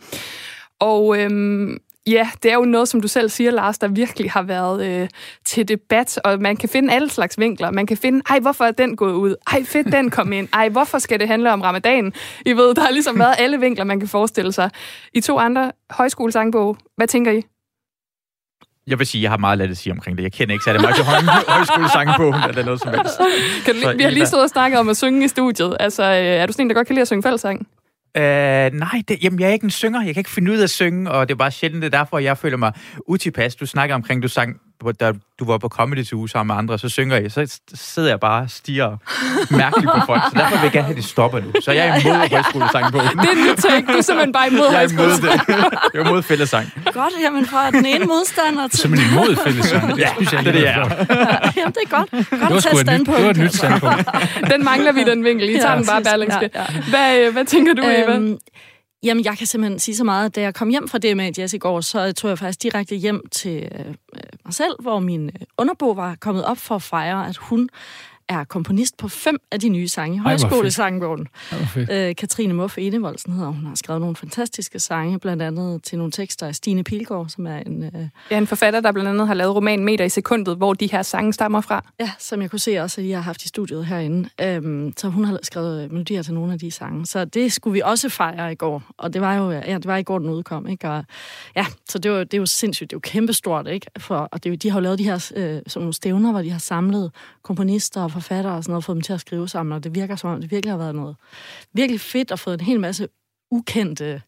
Og øh, ja, det er jo noget, som du selv siger, Lars, der virkelig har været øh, til debat, og man kan finde alle slags vinkler. Man kan finde, ej, hvorfor er den gået ud? Ej, fedt, den kom ind. Ej, hvorfor skal det handle om ramadan? I ved, der har ligesom været alle vinkler, man kan forestille sig. I to andre højskolesangbog, hvad tænker I? Jeg vil sige, jeg har meget let at sige omkring det. Jeg kender ikke særlig meget til højskolesangbogen, eller noget som helst. Kan du, vi har lige stået og snakket om at synge i studiet. Altså, er du sådan en, der godt kan lide at synge fællessang? Uh, nej, det, jamen, jeg er ikke en synger. Jeg kan ikke finde ud af at synge, og det er bare sjældent, det er derfor, jeg føler mig utilpas. Du snakker omkring, du sang, da du var på Comedy to sammen med andre, så synger jeg, så sidder jeg bare og stiger mærkeligt på folk, så derfor vil jeg gerne have, det stopper nu. Så jeg er imod ja, ja, ja. højskolesangbogen. Det er en nyt take. Du er simpelthen bare imod højskolesang. Jeg er imod fællesang. Godt, jamen fra den ene modstander til... Simpelthen imod fællesang. Ja, det er det, jeg er. Jamen, det er godt. Godt at tage standpunkt. Det var et nyt standpunkt. Den mangler vi, den vinkel. I tager ja, den bare Berlingske. Ja, ja. Hvad, hvad tænker du, Eva? Øhm, Jamen, jeg kan simpelthen sige så meget. Da jeg kom hjem fra D M A Jazz i går, så tog jeg faktisk direkte hjem til øh, mig selv, hvor min underbo var kommet op for at fejre, at hun er komponist på fem af de nye sange i højskolesangbogen. Øh, Katrine Muff Enevoldsen hedder hun. Har skrevet nogle fantastiske sange, blandt andet til nogle tekster af Stine Pilgaard, som er en... Øh... Ja, en forfatter, der blandt andet har lavet roman Meter i sekundet, hvor de her sange stammer fra. Ja, som jeg kunne se også, at I har haft i studiet herinde. Øhm, så hun har skrevet melodier til nogle af de sange. Så det skulle vi også fejre i går. Og det var jo ja, det var i går, den udkom. Ikke? Og, ja, så det, var, det er jo sindssygt. Det er jo kæmpestort, ikke? For, og det er jo, de har jo lavet de her øh, sådan nogle stævner, hvor de har samlet komponister og forfattere og sådan noget, fået dem til at skrive sammen, og det virker som om, det virkelig har været noget virkelig fedt at få en hel masse ukendte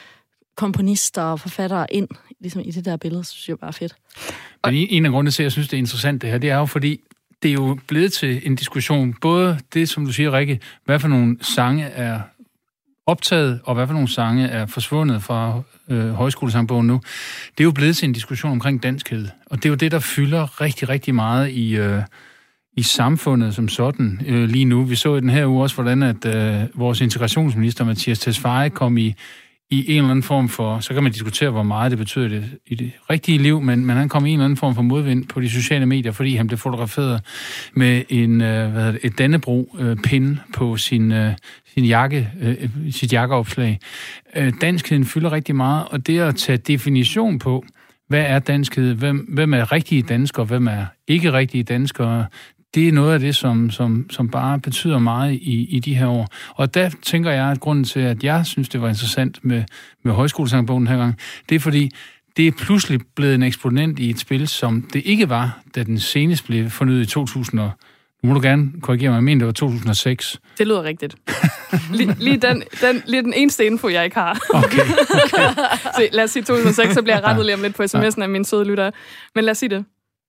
komponister og forfattere ind ligesom i det der billede, så synes jeg bare er fedt. Men en af grundene til, at jeg synes, det er interessant det her, det er jo fordi, det er jo blevet til en diskussion, både det, som du siger, Rikke, hvad for nogle sange er optaget, og hvad for nogle sange er forsvundet fra øh, højskolesangbogen nu. Det er jo blevet til en diskussion omkring danskhed, og det er jo det, der fylder rigtig, rigtig meget i... Øh, i samfundet som sådan øh, lige nu. Vi så i den her uge også, hvordan at øh, vores integrationsminister, Mathias Tesfaye, kom i, i en eller anden form for, så kan man diskutere, hvor meget det betyder det, i det rigtige liv, men, men han kom i en eller anden form for modvind på de sociale medier, fordi han blev fotograferet med en, øh, hvad hedder det, et Dannebrog-pin øh, på sin, øh, sin jakke, øh, sit jakkeopslag. Øh, danskheden fylder rigtig meget, og det at tage definition på, hvad er danskhed, hvem, hvem er rigtige danskere, hvem er ikke rigtige danskere, det er noget af det, som, som, som bare betyder meget i, i de her år. Og der tænker jeg, at grunden til, at jeg synes, det var interessant med, med højskolesangbogen her gang, det er fordi, det er pludselig blevet en eksponent i et spil, som det ikke var, da den senest blev fornyet i to tusind. Nu må du gerne korrigere mig, jeg mener, det var to tusind og seks. Det lyder rigtigt. lige, lige, den, den, lige den eneste info, jeg ikke har. Okay, okay. Så lad os sige to tusind og seks, så bliver jeg rettet lige om lidt på sms'en af mine søde lyttere. Men lad os sige det.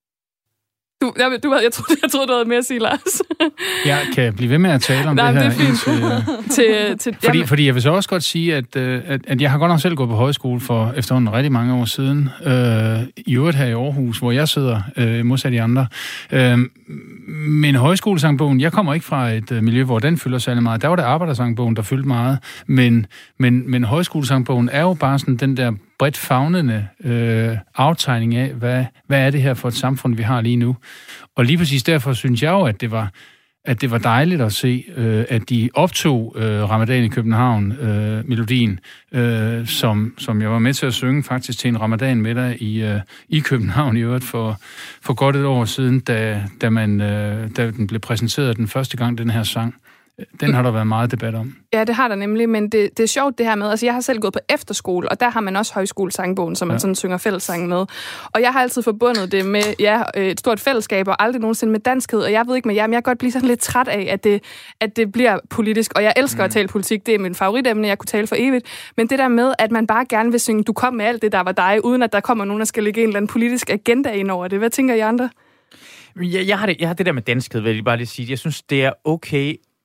Du, jeg, du, jeg, troede, jeg troede, du havde mere at sige, Lars. Jeg kan blive ved med at tale om Nej, det her. Det er fint. Indtil, til, til, fordi, fordi jeg vil så også godt sige, at, at, at jeg har godt nok selv gået på højskole for efterhånden rigtig mange år siden. Øh, I øvrigt her i Aarhus, hvor jeg sidder, øh, modsat de andre. Øh, men højskolesangbogen, jeg kommer ikke fra et uh, miljø, hvor den fylder særlig meget. Der var det arbejdersangbogen, der fyldte meget. Men, men, men højskolesangbogen er jo bare sådan den der bredt favnende øh, aftegning af, hvad, hvad er det her for et samfund, vi har lige nu. Og lige præcis derfor synes jeg jo, at det var, at det var dejligt at se, øh, at de optog øh, Ramadan i København, øh, melodien, øh, som, som jeg var med til at synge faktisk til en Ramadan med dig i, øh, i København i øvrigt for, for godt et år siden, da, da, man, øh, da den blev præsenteret den første gang, den her sang. Den har der været meget debat om. Ja, det har der nemlig, men det, det er sjovt det her med, altså jeg har selv gået på efterskole, og der har man også højskolesangbogen, som man ja. sådan synger fællessang med. Og jeg har altid forbundet det med ja, et stort fællesskab, og aldrig nogensinde med danskhed, og jeg ved ikke med jer, men jeg kan godt blive sådan lidt træt af, at det, at det bliver politisk, og jeg elsker mm. at tale politik, det er min favoritemne, jeg kunne tale for evigt, men det der med, at man bare gerne vil synge, du kom med alt det, der var dig, uden at der kommer nogen, der skal lægge en eller anden politisk agenda ind over det. Hvad tænker I andre? Jeg, jeg, har, det, jeg har det der med danskhed, vil jeg bare lige sige. Jeg synes, det er okay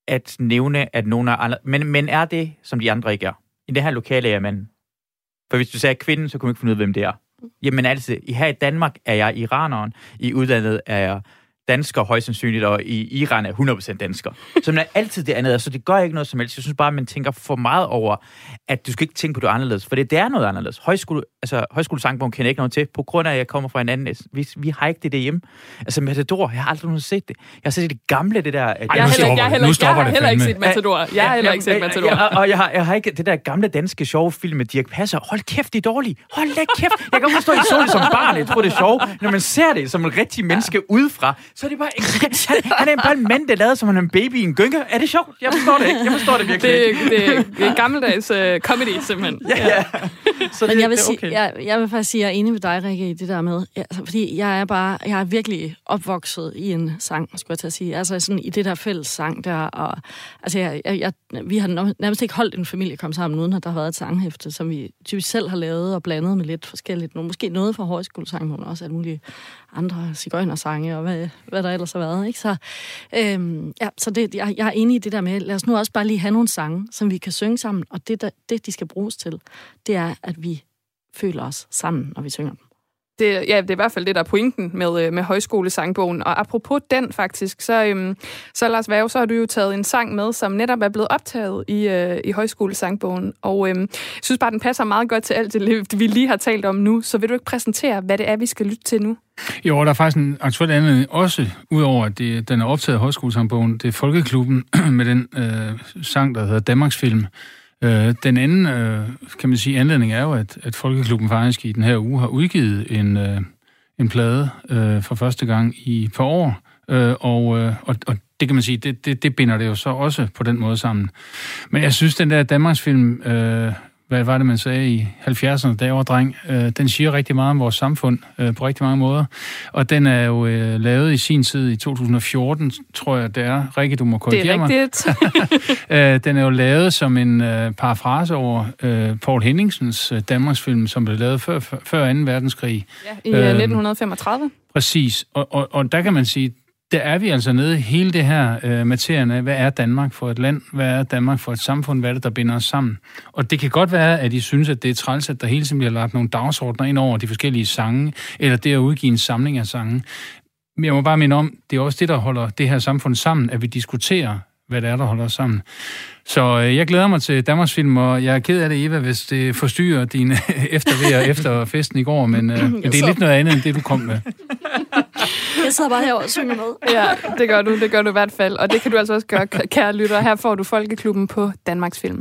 at nævne, at nogen er andre. Men, men er det, som de andre ikke er? I det her lokale er man. For hvis du sagde kvinden, så kunne man ikke finde ud af, hvem det er. Jamen altså, her i Danmark er jeg iraneren, i udlandet er jeg dansker højst sandsynligt, og i Iran er hundrede procent dansker. Så man er altid det andet, så det gør ikke noget som helst. Jeg synes bare, at man tænker for meget over, at du skal ikke tænke på det anderledes, for det, det er noget anderledes. Højskole, altså, højskolesangbogen kender jeg ikke noget til, på grund af, at jeg kommer fra en anden. Vi, vi har ikke det derhjemme. Altså, Matador, jeg har aldrig nogen set det. Jeg har set det gamle, det der... Ej, jeg har heller, jeg heller, jeg har heller ikke set Matador. Jeg har heller ikke set Matador. Ja, og jeg har, jeg har ikke det der gamle danske sjove film med Dirch Passer. Hold kæft, de er dårlige. Hold da kæft. Jeg kan forstå, at I så det som barn. Jeg tror, det er sjovt. Når man ser det som en rigtig menneske udefra, så er det bare... Han, han er bare en mand, der lavede som han en baby i en gynge. Er det sjovt? Jeg forstår det ikke. Jeg forstår det virkelig det, ikke. Det, det er gammeldags uh, comedy, simpelthen. Ja, ja. Så Men det, jeg vil, det er okay. sige, jeg, jeg vil faktisk sige, at jeg er enig med dig, Rikke, i det der med. Ja, altså, fordi jeg er bare, jeg er virkelig opvokset i en sang, skulle jeg til at sige. Altså sådan i det der fælles sang der. Og, altså jeg, jeg, jeg, vi har nærmest ikke holdt en familie komme sammen, uden at der har været et sanghæfte, som vi typisk selv har lavet og blandet med lidt forskelligt. Måske noget fra højskolesang, men også alle mulige andre sigøjnersange og hvad, hvad der ellers har været. Ikke? Så, øhm, ja, så det, jeg, jeg er enig i det der med, lad os nu også bare lige have nogle sange, som vi kan synge sammen, og det, der, det de skal bruges til, det er, at vi føler os sammen, når vi synger dem. Det, ja, det er i hvert fald det, der er pointen med, med højskolesangbogen. Og apropos den faktisk, så, øhm, så Lars Værge, så har du jo taget en sang med, som netop er blevet optaget i, øh, i højskolesangbogen. Og øhm, jeg synes bare, den passer meget godt til alt det, vi lige har talt om nu. Så vil du ikke præsentere, hvad det er, vi skal lytte til nu? Jo, der er faktisk en aktuel anledning også, udover at det, den er optaget i højskolesangbogen. Det er Folkeklubben med den øh, sang, der hedder Danmarksfilm. Øh, den anden, øh, kan man sige, anledning er jo, at, at Folkeklubben faktisk i den her uge har udgivet en, øh, en plade øh, for første gang i et par år, øh, og, øh, og, og det kan man sige, det, det, det binder det jo så også på den måde sammen. Men jeg synes, den der Danmarksfilm, øh, hvad var det, man sagde i halvfjerdserne, da jeg var dreng, øh, den siger rigtig meget om vores samfund øh, på rigtig mange måder. Og den er jo øh, lavet i sin tid i to tusind og fjorten, tror jeg, det er. Rikke, du må korrigere mig. Det er rigtigt. øh, den er jo lavet som en øh, parafrase over øh, Poul Henningsens øh, Danmarksfilm, som blev lavet før, før anden verdenskrig. Ja, i øh, nitten femogtredive. Præcis. Og, og, og der kan man sige, der er vi altså nede i hele det her øh, materien af, hvad er Danmark for et land, hvad er Danmark for et samfund, hvad er det, der binder os sammen. Og det kan godt være, at I synes, at det er træls, at der hele tiden bliver lagt nogle dagsordner ind over de forskellige sange, eller det at udgive en samling af sange. Men jeg må bare minde om, det er også det, der holder det her samfund sammen, at vi diskuterer, hvad det er, der holder os sammen. Så øh, jeg glæder mig til Danmarksfilm, og jeg er ked af det, Eva, hvis det forstyrrer dine eftervejer efter festen i går, men, øh, men det er lidt noget andet, end det, du kom med. Jeg sidder bare herovre og synger med. Ja, det gør du, det gør du i hvert fald. Og det kan du altså også gøre, kære lytter. Her får du Folkeklubben på Danmarksfilm.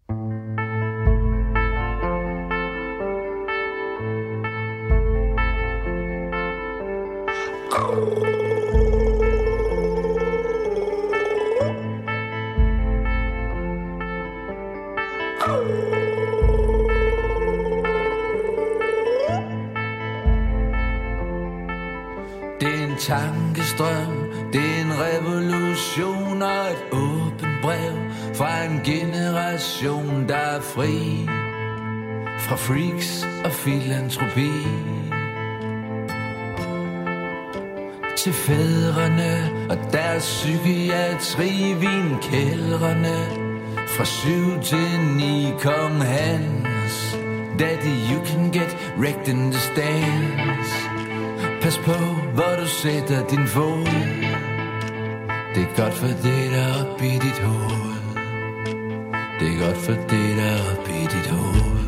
Tankestrøm, det er en revolution og et åbent brev fra en generation, der er fri fra freaks og filantropi. Til fædrene og deres psykiatri, vinkældrene fra syv til ni, Kong Hans. Daddy, you can get wrecked in the stands. Pas på, hvor du sætter din fod. Det er godt for det, der er op i dit hoved. Det er godt for det, der er op i dit hoved.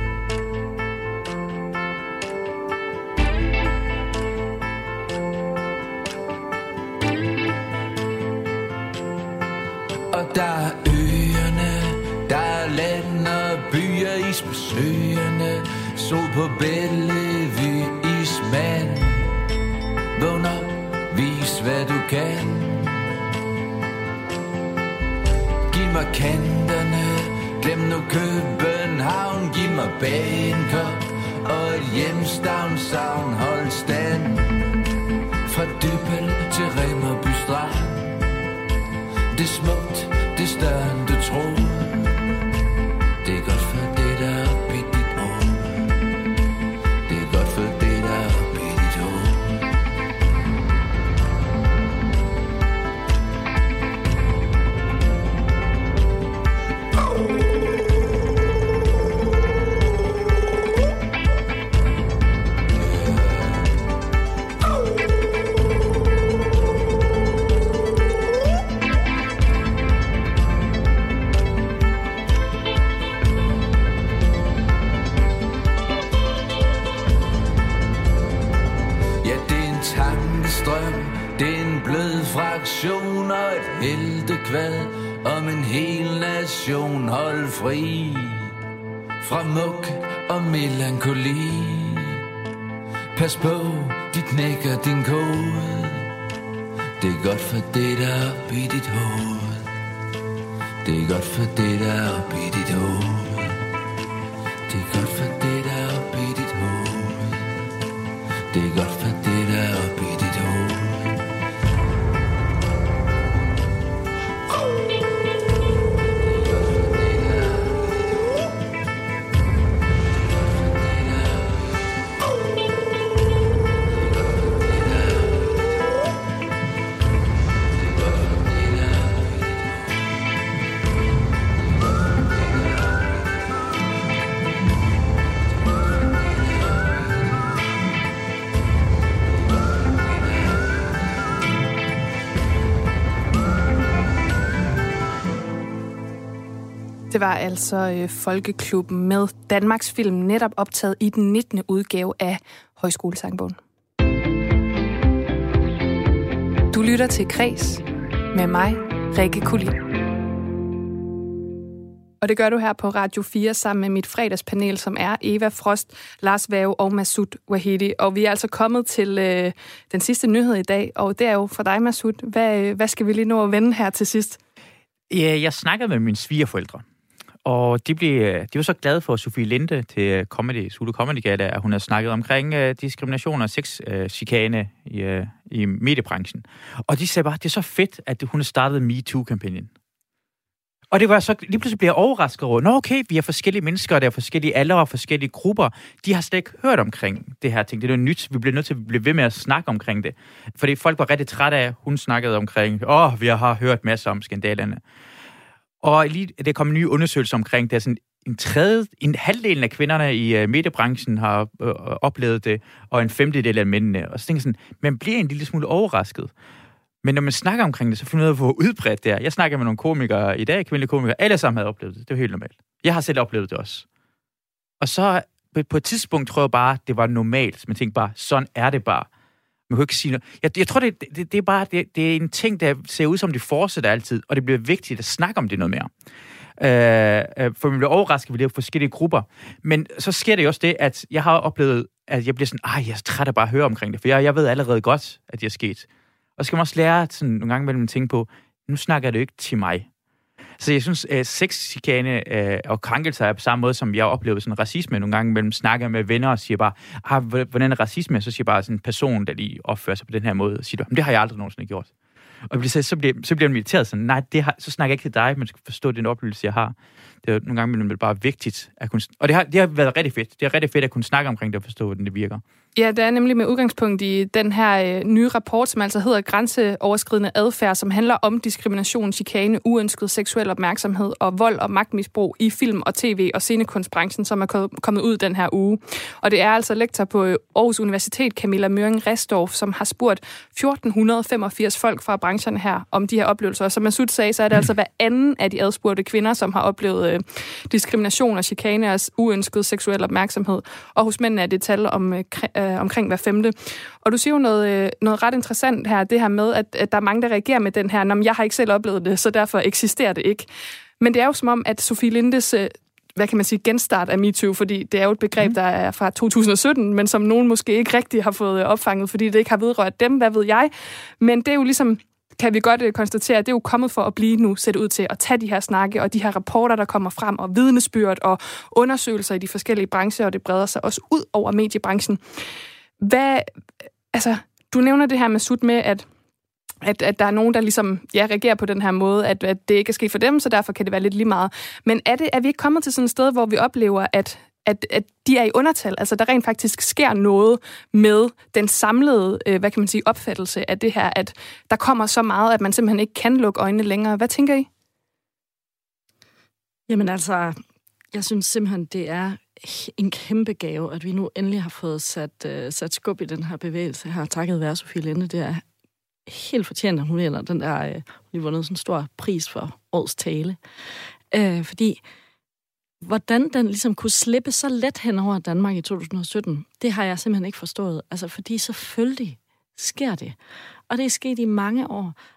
Og der er øerne, der er land og byer, is på søerne, sol på Bellevue, ismand. Vågn op, vis hvad du kan. Giv mig kanterne, glem nu København. Giv mig Bangkok og et hjemstavnsavn. Hold stand fra Dybbøl til Rimmerby Strand. Det er smukt, det er større end du tror. Det er godt for det, der er op i dit hoved. Det er godt for det, der er op i dit hoved. heltekvad, om en hel nation hold fri fra muk og melankoli. Pas på, de knækker din kode. Det er godt for det, der er op i dit hoved. Det er godt for det, der er op i dit hoved. Det er godt for det, der er op i dit hoved. Det er godt for det, der er op i dit hoved. Det var altså øh, Folkeklubben med Danmarks Film, netop optaget i den nittende udgave af Højskolesangbogen. Du lytter til Kreds med mig, Rikke Kulin. Og det gør du her på Radio fire sammen med mit fredagspanel, som er Eva Frost, Lars Værge og Masoud Wahedi. Og vi er altså kommet til øh, den sidste nyhed i dag, og det er jo for dig, Masoud. Hvad, hvad skal vi lige nå at vende her til sidst? Ja, jeg snakkede med mine svigerforældre. Og de, blev, de var så glade for Sofie Linde til Comedy, Zulu Comedy Gala, at hun har snakket omkring uh, diskrimination og sexchikane uh, i, uh, i mediebranchen. Og de sagde bare, at det er så fedt, at hun har startet MeToo-kampagnen. Og det var så, lige pludselig bliver jeg overrasket over, nå okay, vi er forskellige mennesker, og der er forskellige aldre og forskellige grupper. De har slet ikke hørt omkring det her ting. Det er noget nyt, vi bliver nødt til at blive ved med at snakke omkring det. Fordi folk var rigtig trætte af, hun snakkede omkring, åh, oh, vi har hørt masser om skandalerne. Og lige, der kom en ny undersøgelse omkring, der er sådan en tredje, en halvdelen af kvinderne i uh, mediebranchen har uh, oplevet det, og en femtedel af mændene. Og så tænker jeg sådan, man bliver en lille smule overrasket. Men når man snakker omkring det, så finder man ud af, hvor udbredt det er. Jeg snakker med nogle komikere i dag, kvindelige komikere, alle sammen havde oplevet det. Det var helt normalt. Jeg har selv oplevet det også. Og så på et tidspunkt tror jeg bare, det var normalt. Man tænkte bare, sådan er det bare. Man kan ikke sige noget. Jeg, jeg tror, det, det, det er bare det, det er en ting, der ser ud som, det fortsætter altid, og det bliver vigtigt at snakke om det noget mere. Øh, for man bliver overrasket ved det forskellige grupper. Men så sker det jo også det, at jeg har oplevet, at jeg bliver sådan, ej, jeg er træt af bare at høre omkring det, for jeg, jeg ved allerede godt, at det er sket. Og så skal man også lære sådan, nogle gange mellem at tænke på, nu snakker det jo ikke til mig. Så jeg synes, at sexchikane øh, og krænkelser er på samme måde, som jeg oplever sådan racisme nogle gange mellem snakker med venner og siger bare, ah, hvordan er racisme? Så siger bare sådan en person, der lige opfører sig på den her måde, og siger, men det har jeg aldrig nogensinde gjort. Og så, så, bliver, så bliver man irriteret sådan, nej, det har, så snakker jeg ikke til dig, men skal forstå den oplevelse, jeg har. Det er nogle gange mellem bare vigtigt at kunne, og det har, det har været rigtig fedt. Det er rigtig fedt at kunne snakke omkring det og forstå, hvordan det virker. Ja, det er nemlig med udgangspunkt i den her øh, nye rapport, som altså hedder Grænseoverskridende adfærd, som handler om diskrimination, chikane, uønsket seksuel opmærksomhed og vold og magtmisbrug i film- og tv- og scenekunstbranchen, som er kommet ud den her uge. Og det er altså lektor på Aarhus Universitet, Camilla Møring Restorff, som har spurgt fjorten femogfirs folk fra branchen her om de her oplevelser. Og som Masoud sagde, så er det altså hver anden af de adspurgte kvinder, som har oplevet øh, diskrimination og chikane og uønsket seksuel opmærksomhed. Og hos mændene er det tal om øh, omkring hver femte. Og du siger jo noget, noget ret interessant her, det her med, at, at der er mange, der reagerer med den her, nå, jeg har ikke selv oplevet det, så derfor eksisterer det ikke. Men det er jo som om, at Sofie Lindes, hvad kan man sige, genstart af MeToo, fordi det er jo et begreb, der er fra to tusind og sytten, men som nogen måske ikke rigtig har fået opfanget, fordi det ikke har vedrørt dem, hvad ved jeg. Men det er jo ligesom, kan vi godt konstatere, at det er jo kommet for at blive nu, set ud til at tage de her snakke, og de her rapporter, der kommer frem, og vidnesbyrd og undersøgelser i de forskellige brancher, og det breder sig også ud over mediebranchen. Hvad, altså, du nævner det her med sut med, at, at, at der er nogen, der ligesom, ja, reagerer på den her måde, at, at det ikke er sket for dem, så derfor kan det være lidt lige meget. Men er, det, er vi ikke kommet til sådan et sted, hvor vi oplever, at At, at de er i undertal, altså der rent faktisk sker noget med den samlede, øh, hvad kan man sige, opfattelse af det her, at der kommer så meget, at man simpelthen ikke kan lukke øjnene længere. Hvad tænker I? Jamen altså, jeg synes simpelthen, det er en kæmpe gave, at vi nu endelig har fået sat, uh, sat skub i den her bevægelse her. Takket være Sofie Linde, det er helt fortjent, at hun vinder den der, uh, hun har vundet sådan en stor pris for årets tale. Uh, fordi hvordan den ligesom kunne slippe så let hen over Danmark i to tusind og sytten, det har jeg simpelthen ikke forstået. Altså, fordi selvfølgelig sker det. Og det er sket i mange år.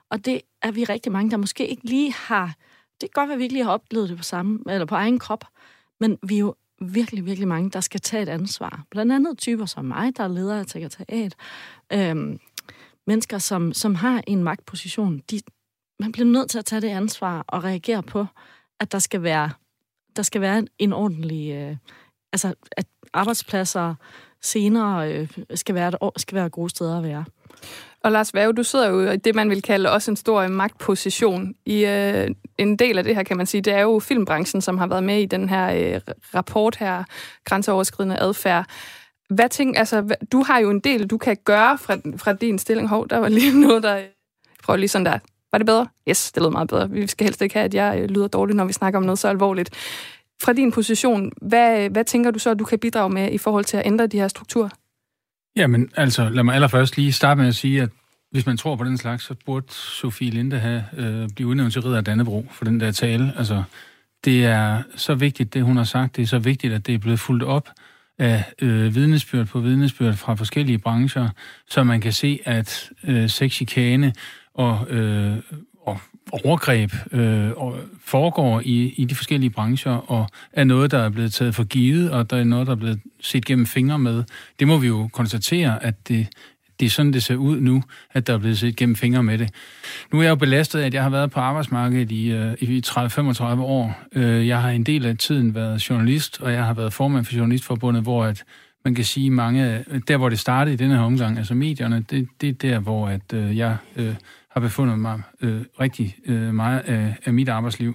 Og det er vi rigtig mange, der måske ikke lige har... Det kan godt være, at vi ikke lige har oplevet det på samme, eller på egen krop, men vi er jo virkelig, virkelig mange, der skal tage et ansvar. Blandt andet typer som mig, der er leder af sekretariat. Øhm, mennesker, som, som har en magtposition, de, man bliver nødt til at tage det ansvar og reagere på, at der skal være, der skal være en ordentlig... Øh, altså, at arbejdspladser senere øh, skal, være, skal være gode steder at være. Og Lars Werge, du sidder jo i det, man vil kalde også en stor magtposition. I øh, en del af det her, kan man sige, det er jo filmbranchen, som har været med i den her øh, rapport her, grænseoverskridende adfærd. Hvad ting, altså, du har jo en del, du kan gøre fra, fra din stilling. Hov, der var lige noget, der... Prøv lige sådan der. Var det bedre? Yes, det lød meget bedre. Vi skal helst ikke have, at jeg øh, lyder dårligt, når vi snakker om noget så alvorligt. Fra din position, hvad, hvad tænker du så, at du kan bidrage med i forhold til at ændre de her strukturer? Jamen, altså, lad mig allerførst lige starte med at sige, at hvis man tror på den slags, så burde Sofie Linde have øh, blive udnævnt til ridder af Dannebrog for den der tale. Altså, det er så vigtigt, det hun har sagt. Det er så vigtigt, at det er blevet fulgt op af øh, vidnesbyrd på vidnesbyrd fra forskellige brancher, så man kan se, at øh, sexchikane og, øh, og overgreb øh, og foregår i, i de forskellige brancher, og er noget, der er blevet taget for givet, og der er noget, der er blevet set gennem fingre med. Det må vi jo konstatere, at det, det er sådan, det ser ud nu, at der er blevet set gennem fingre med det. Nu er jeg jo belastet af, at jeg har været på arbejdsmarkedet i, øh, i tredive til femogtredive år. Øh, jeg har en del af tiden været journalist, og jeg har været formand for Journalistforbundet, hvor at man kan sige mange, der hvor det startede i denne her omgang, altså medierne, det, det er der, hvor at, øh, jeg øh, har befundet mig øh, rigtig øh, meget af, af mit arbejdsliv.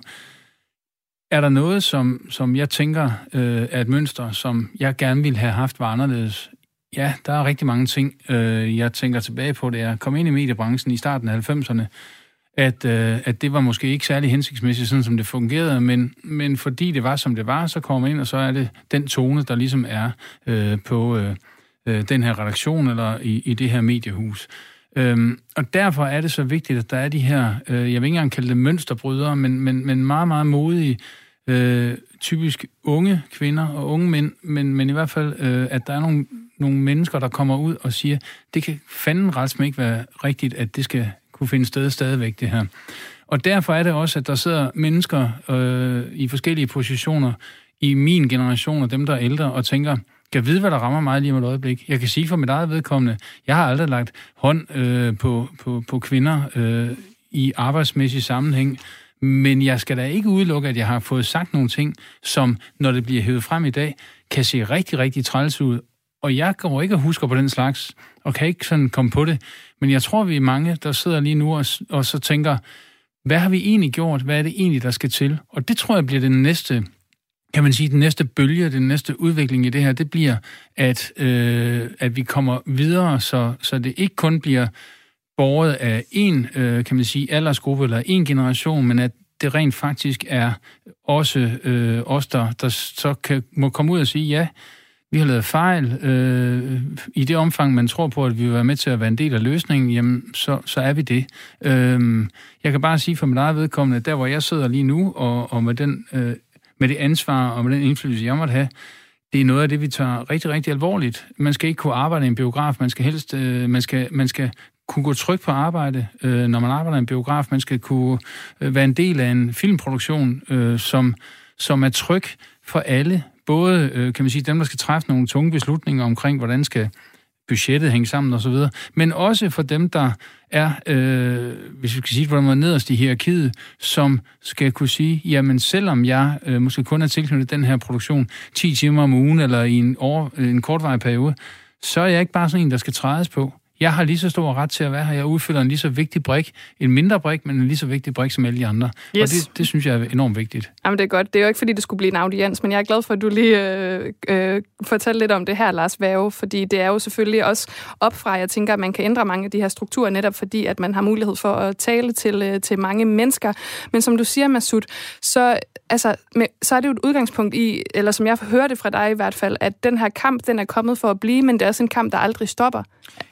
Er der noget, som, som jeg tænker øh, er et mønster, som jeg gerne ville have haft var anderledes? Ja, der er rigtig mange ting, øh, jeg tænker tilbage på. Det er at komme ind i mediebranchen i starten af halvfemserne, at, øh, at det var måske ikke særlig hensigtsmæssigt, sådan som det fungerede, men, men fordi det var, som det var, så kommer man ind, og så er det den tone, der ligesom er øh, på øh, øh, den her redaktion eller i, i det her mediehus. Øhm, og derfor er det så vigtigt, at der er de her, øh, jeg vil ikke engang kalde det mønsterbrydere, men, men, men meget, meget modige, øh, typisk unge kvinder og unge mænd, men, men i hvert fald, øh, at der er nogle, nogle mennesker, der kommer ud og siger, det kan fanden retsmæssigt ikke være rigtigt, at det skal kunne finde sted stadigvæk, det her. Og derfor er det også, at der sidder mennesker øh, i forskellige positioner i min generation, og dem, der er ældre, og tænker, jeg ved, hvad der rammer mig lige om et øjeblik. Jeg kan sige for mit eget vedkommende, jeg har aldrig lagt hånd øh, på, på, på kvinder øh, i arbejdsmæssig sammenhæng, men jeg skal da ikke udelukke, at jeg har fået sagt nogle ting, som, når det bliver hævet frem i dag, kan se rigtig, rigtig træls ud. Og jeg går ikke og husker på den slags, og kan ikke sådan komme på det. Men jeg tror, vi er mange, der sidder lige nu og, og så tænker, hvad har vi egentlig gjort? Hvad er det egentlig, der skal til? Og det tror jeg bliver den næste, kan man sige, den næste bølge, den næste udvikling i det her, det bliver, at, øh, at vi kommer videre, så, så det ikke kun bliver båret af en, øh, kan man sige, aldersgruppe eller en generation, men at det rent faktisk er også øh, os, der, der så kan, må komme ud og sige, ja, vi har lavet fejl. Øh, I det omfang, man tror på, at vi vil være med til at være en del af løsningen, jamen, så, så er vi det. Øh, jeg kan bare sige for mit eget vedkommende, der hvor jeg sidder lige nu, og, og med, den, øh, med det ansvar og med den indflydelse, jeg måtte have, det er noget af det, vi tager rigtig, rigtig alvorligt. Man skal ikke kunne arbejde i en biograf, man skal helst, øh, man skal, man skal kunne gå trygt på arbejde, øh, når man arbejder i en biograf. Man skal kunne øh, være en del af en filmproduktion, øh, som, som er tryg for alle. Både, øh, kan man sige, dem, der skal træffe nogle tunge beslutninger omkring, hvordan skal budgettet hænge sammen og så videre, men også for dem, der er, øh, hvis vi skal sige, hvordan man er nederst i hierarkiet, som skal kunne sige, jamen selvom jeg øh, måske kun er tilknyttet den her produktion ti timer om ugen, eller i en, over, en kortvarig periode, så er jeg ikke bare sådan en, der skal trædes på. Jeg har lige så stor ret til at være her. Jeg udfylder en lige så vigtig brik, en mindre brik, men en lige så vigtig brik som alle de andre. Yes. Og det, det synes jeg er enormt vigtigt. Jamen det er godt. Det er jo ikke, fordi det skulle blive en audiens, men jeg er glad for, at du lige øh, øh, fortæller lidt om det her, Lars Werge, fordi det er jo selvfølgelig også opfra. Jeg tænker, at man kan ændre mange af de her strukturer, netop fordi, at man har mulighed for at tale til, øh, til mange mennesker. Men som du siger, Masud, så, altså, med, så er det jo et udgangspunkt i, eller som jeg hører det fra dig i hvert fald, at den her kamp, den er kommet for at blive, men det er også en kamp, der aldrig stopper. Jeg tror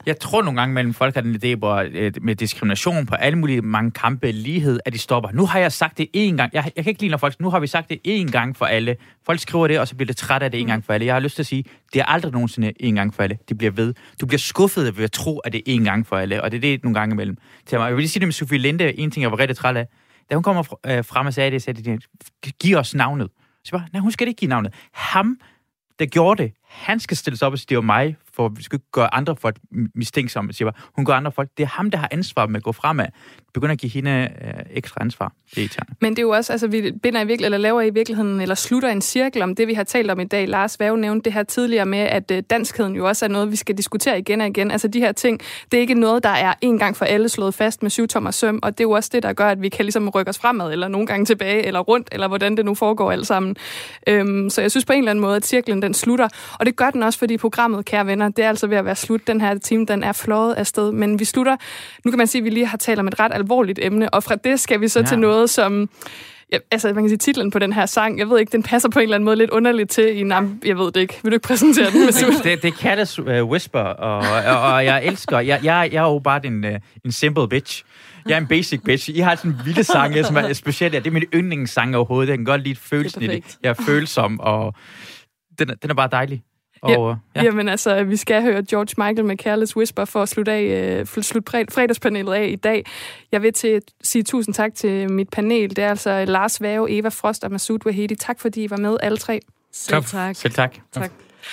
nogle gange mellem folk har den idé, hvor øh, med diskrimination på alle mulige mange kampe, lighed, at de stopper. Nu har jeg sagt det én gang. Jeg, jeg kan ikke lide, når folk, nu har vi sagt det én gang for alle. Folk skriver det, og så bliver det træt af det én gang for alle. Jeg har lyst til at sige, det er aldrig nogensinde én gang for alle. Det bliver ved. Du bliver skuffet ved at tro, at det er én gang for alle, og det er det nogle gange imellem. Til mig. Jeg vil lige sige det med Sofie Linde, en ting, jeg var rigtig træt af. Da hun kommer frem og sagde det, sagde de, giv os navnet. Så bare, nej, hun skal ikke give navnet. Ham, der gjorde det, han skal stille sig op og sige, det var mig, for vi skal ikke gøre andre folk mistænksomme. Siger bare, hun gør andre folk. Det er ham, der har ansvar med at gå fremad. Begynder at give hende øh, ekstra ansvar. Det er Men det er jo også, altså vi binder i virkelig, eller laver i virkeligheden, eller slutter en cirkel om det, vi har talt om i dag. Lars Værge nævnte det her tidligere med, at øh, danskheden jo også er noget, vi skal diskutere igen og igen. Altså de her ting, det er ikke noget, der er en gang for alle slået fast med syv tommer søm, og det er jo også det, der gør, at vi kan ligesom rykke os fremad, eller nogle gange tilbage, eller rundt, eller hvordan det nu foregår alt sammen. Øhm, så jeg synes på en eller anden måde, at cirklen den slutter, og det gør den også, fordi programmet, kære venner, det er altså ved at være slut. Den her time, den er fløjet afsted, men vi slutter. Nu kan man sige, at vi lige har talt om et ret alvorligt emne, og fra det skal vi så ja. til noget, som... Ja, altså, man kan sige, titlen på den her sang, jeg ved ikke, den passer på en eller anden måde lidt underligt til i en... Jeg ved det ikke. Vil du ikke præsentere den? det, det, det er Kattes uh, Whisper, og, og, og jeg elsker... Jeg, jeg, jeg er jo bare en, uh, en simple bitch. Jeg er en basic bitch. I har sådan en vilde sang, som er specielt. Ja, det er min yndlingssang overhovedet. Jeg kan godt lide følelsen i det. Jeg er følsom, og den, den er bare dejlig. Og, ja, ja. Jamen altså, vi skal høre George Michael med Careless Whisper for at slutte, af, uh, slutte fredagspanelet af i dag. Jeg vil til sige tusind tak til mit panel. Det er altså Lars Værge, Eva Frost og Masoud Vahedi. Tak fordi I var med alle tre. Selv tak. Selv tak. tak.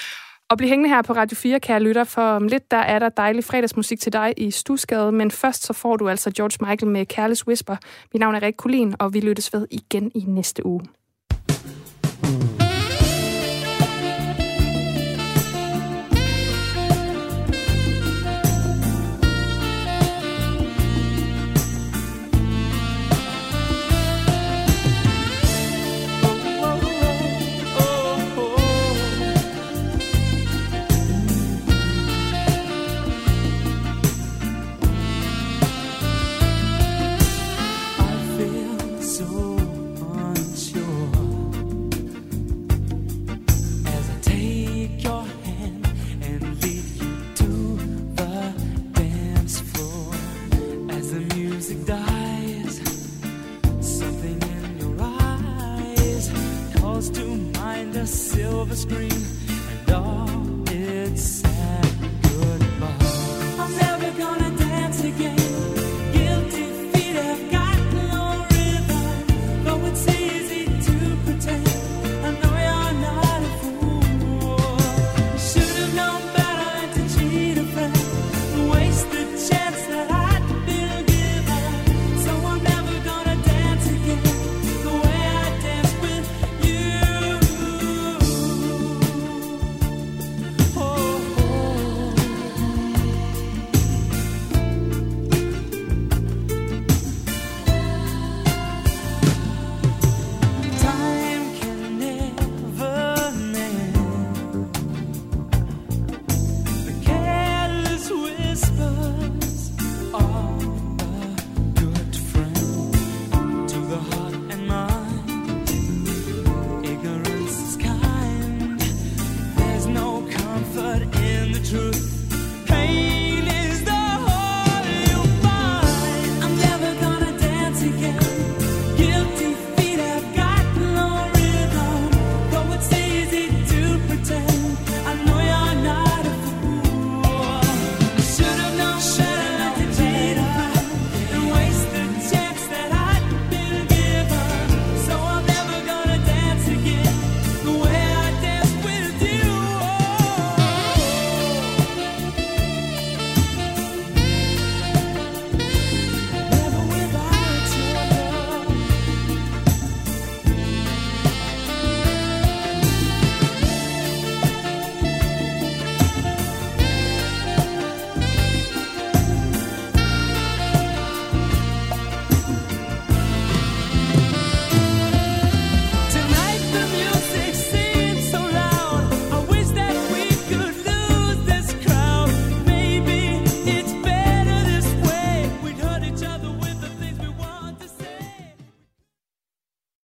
Og bliv hængende her på Radio fire, kære lytter, for om lidt der er der dejlig fredagsmusik til dig i Stusgade, men først så får du altså George Michael med Careless Whisper. Mit navn er Rik Kulin, og vi lyttes ved igen i næste uge. Silver screen and all its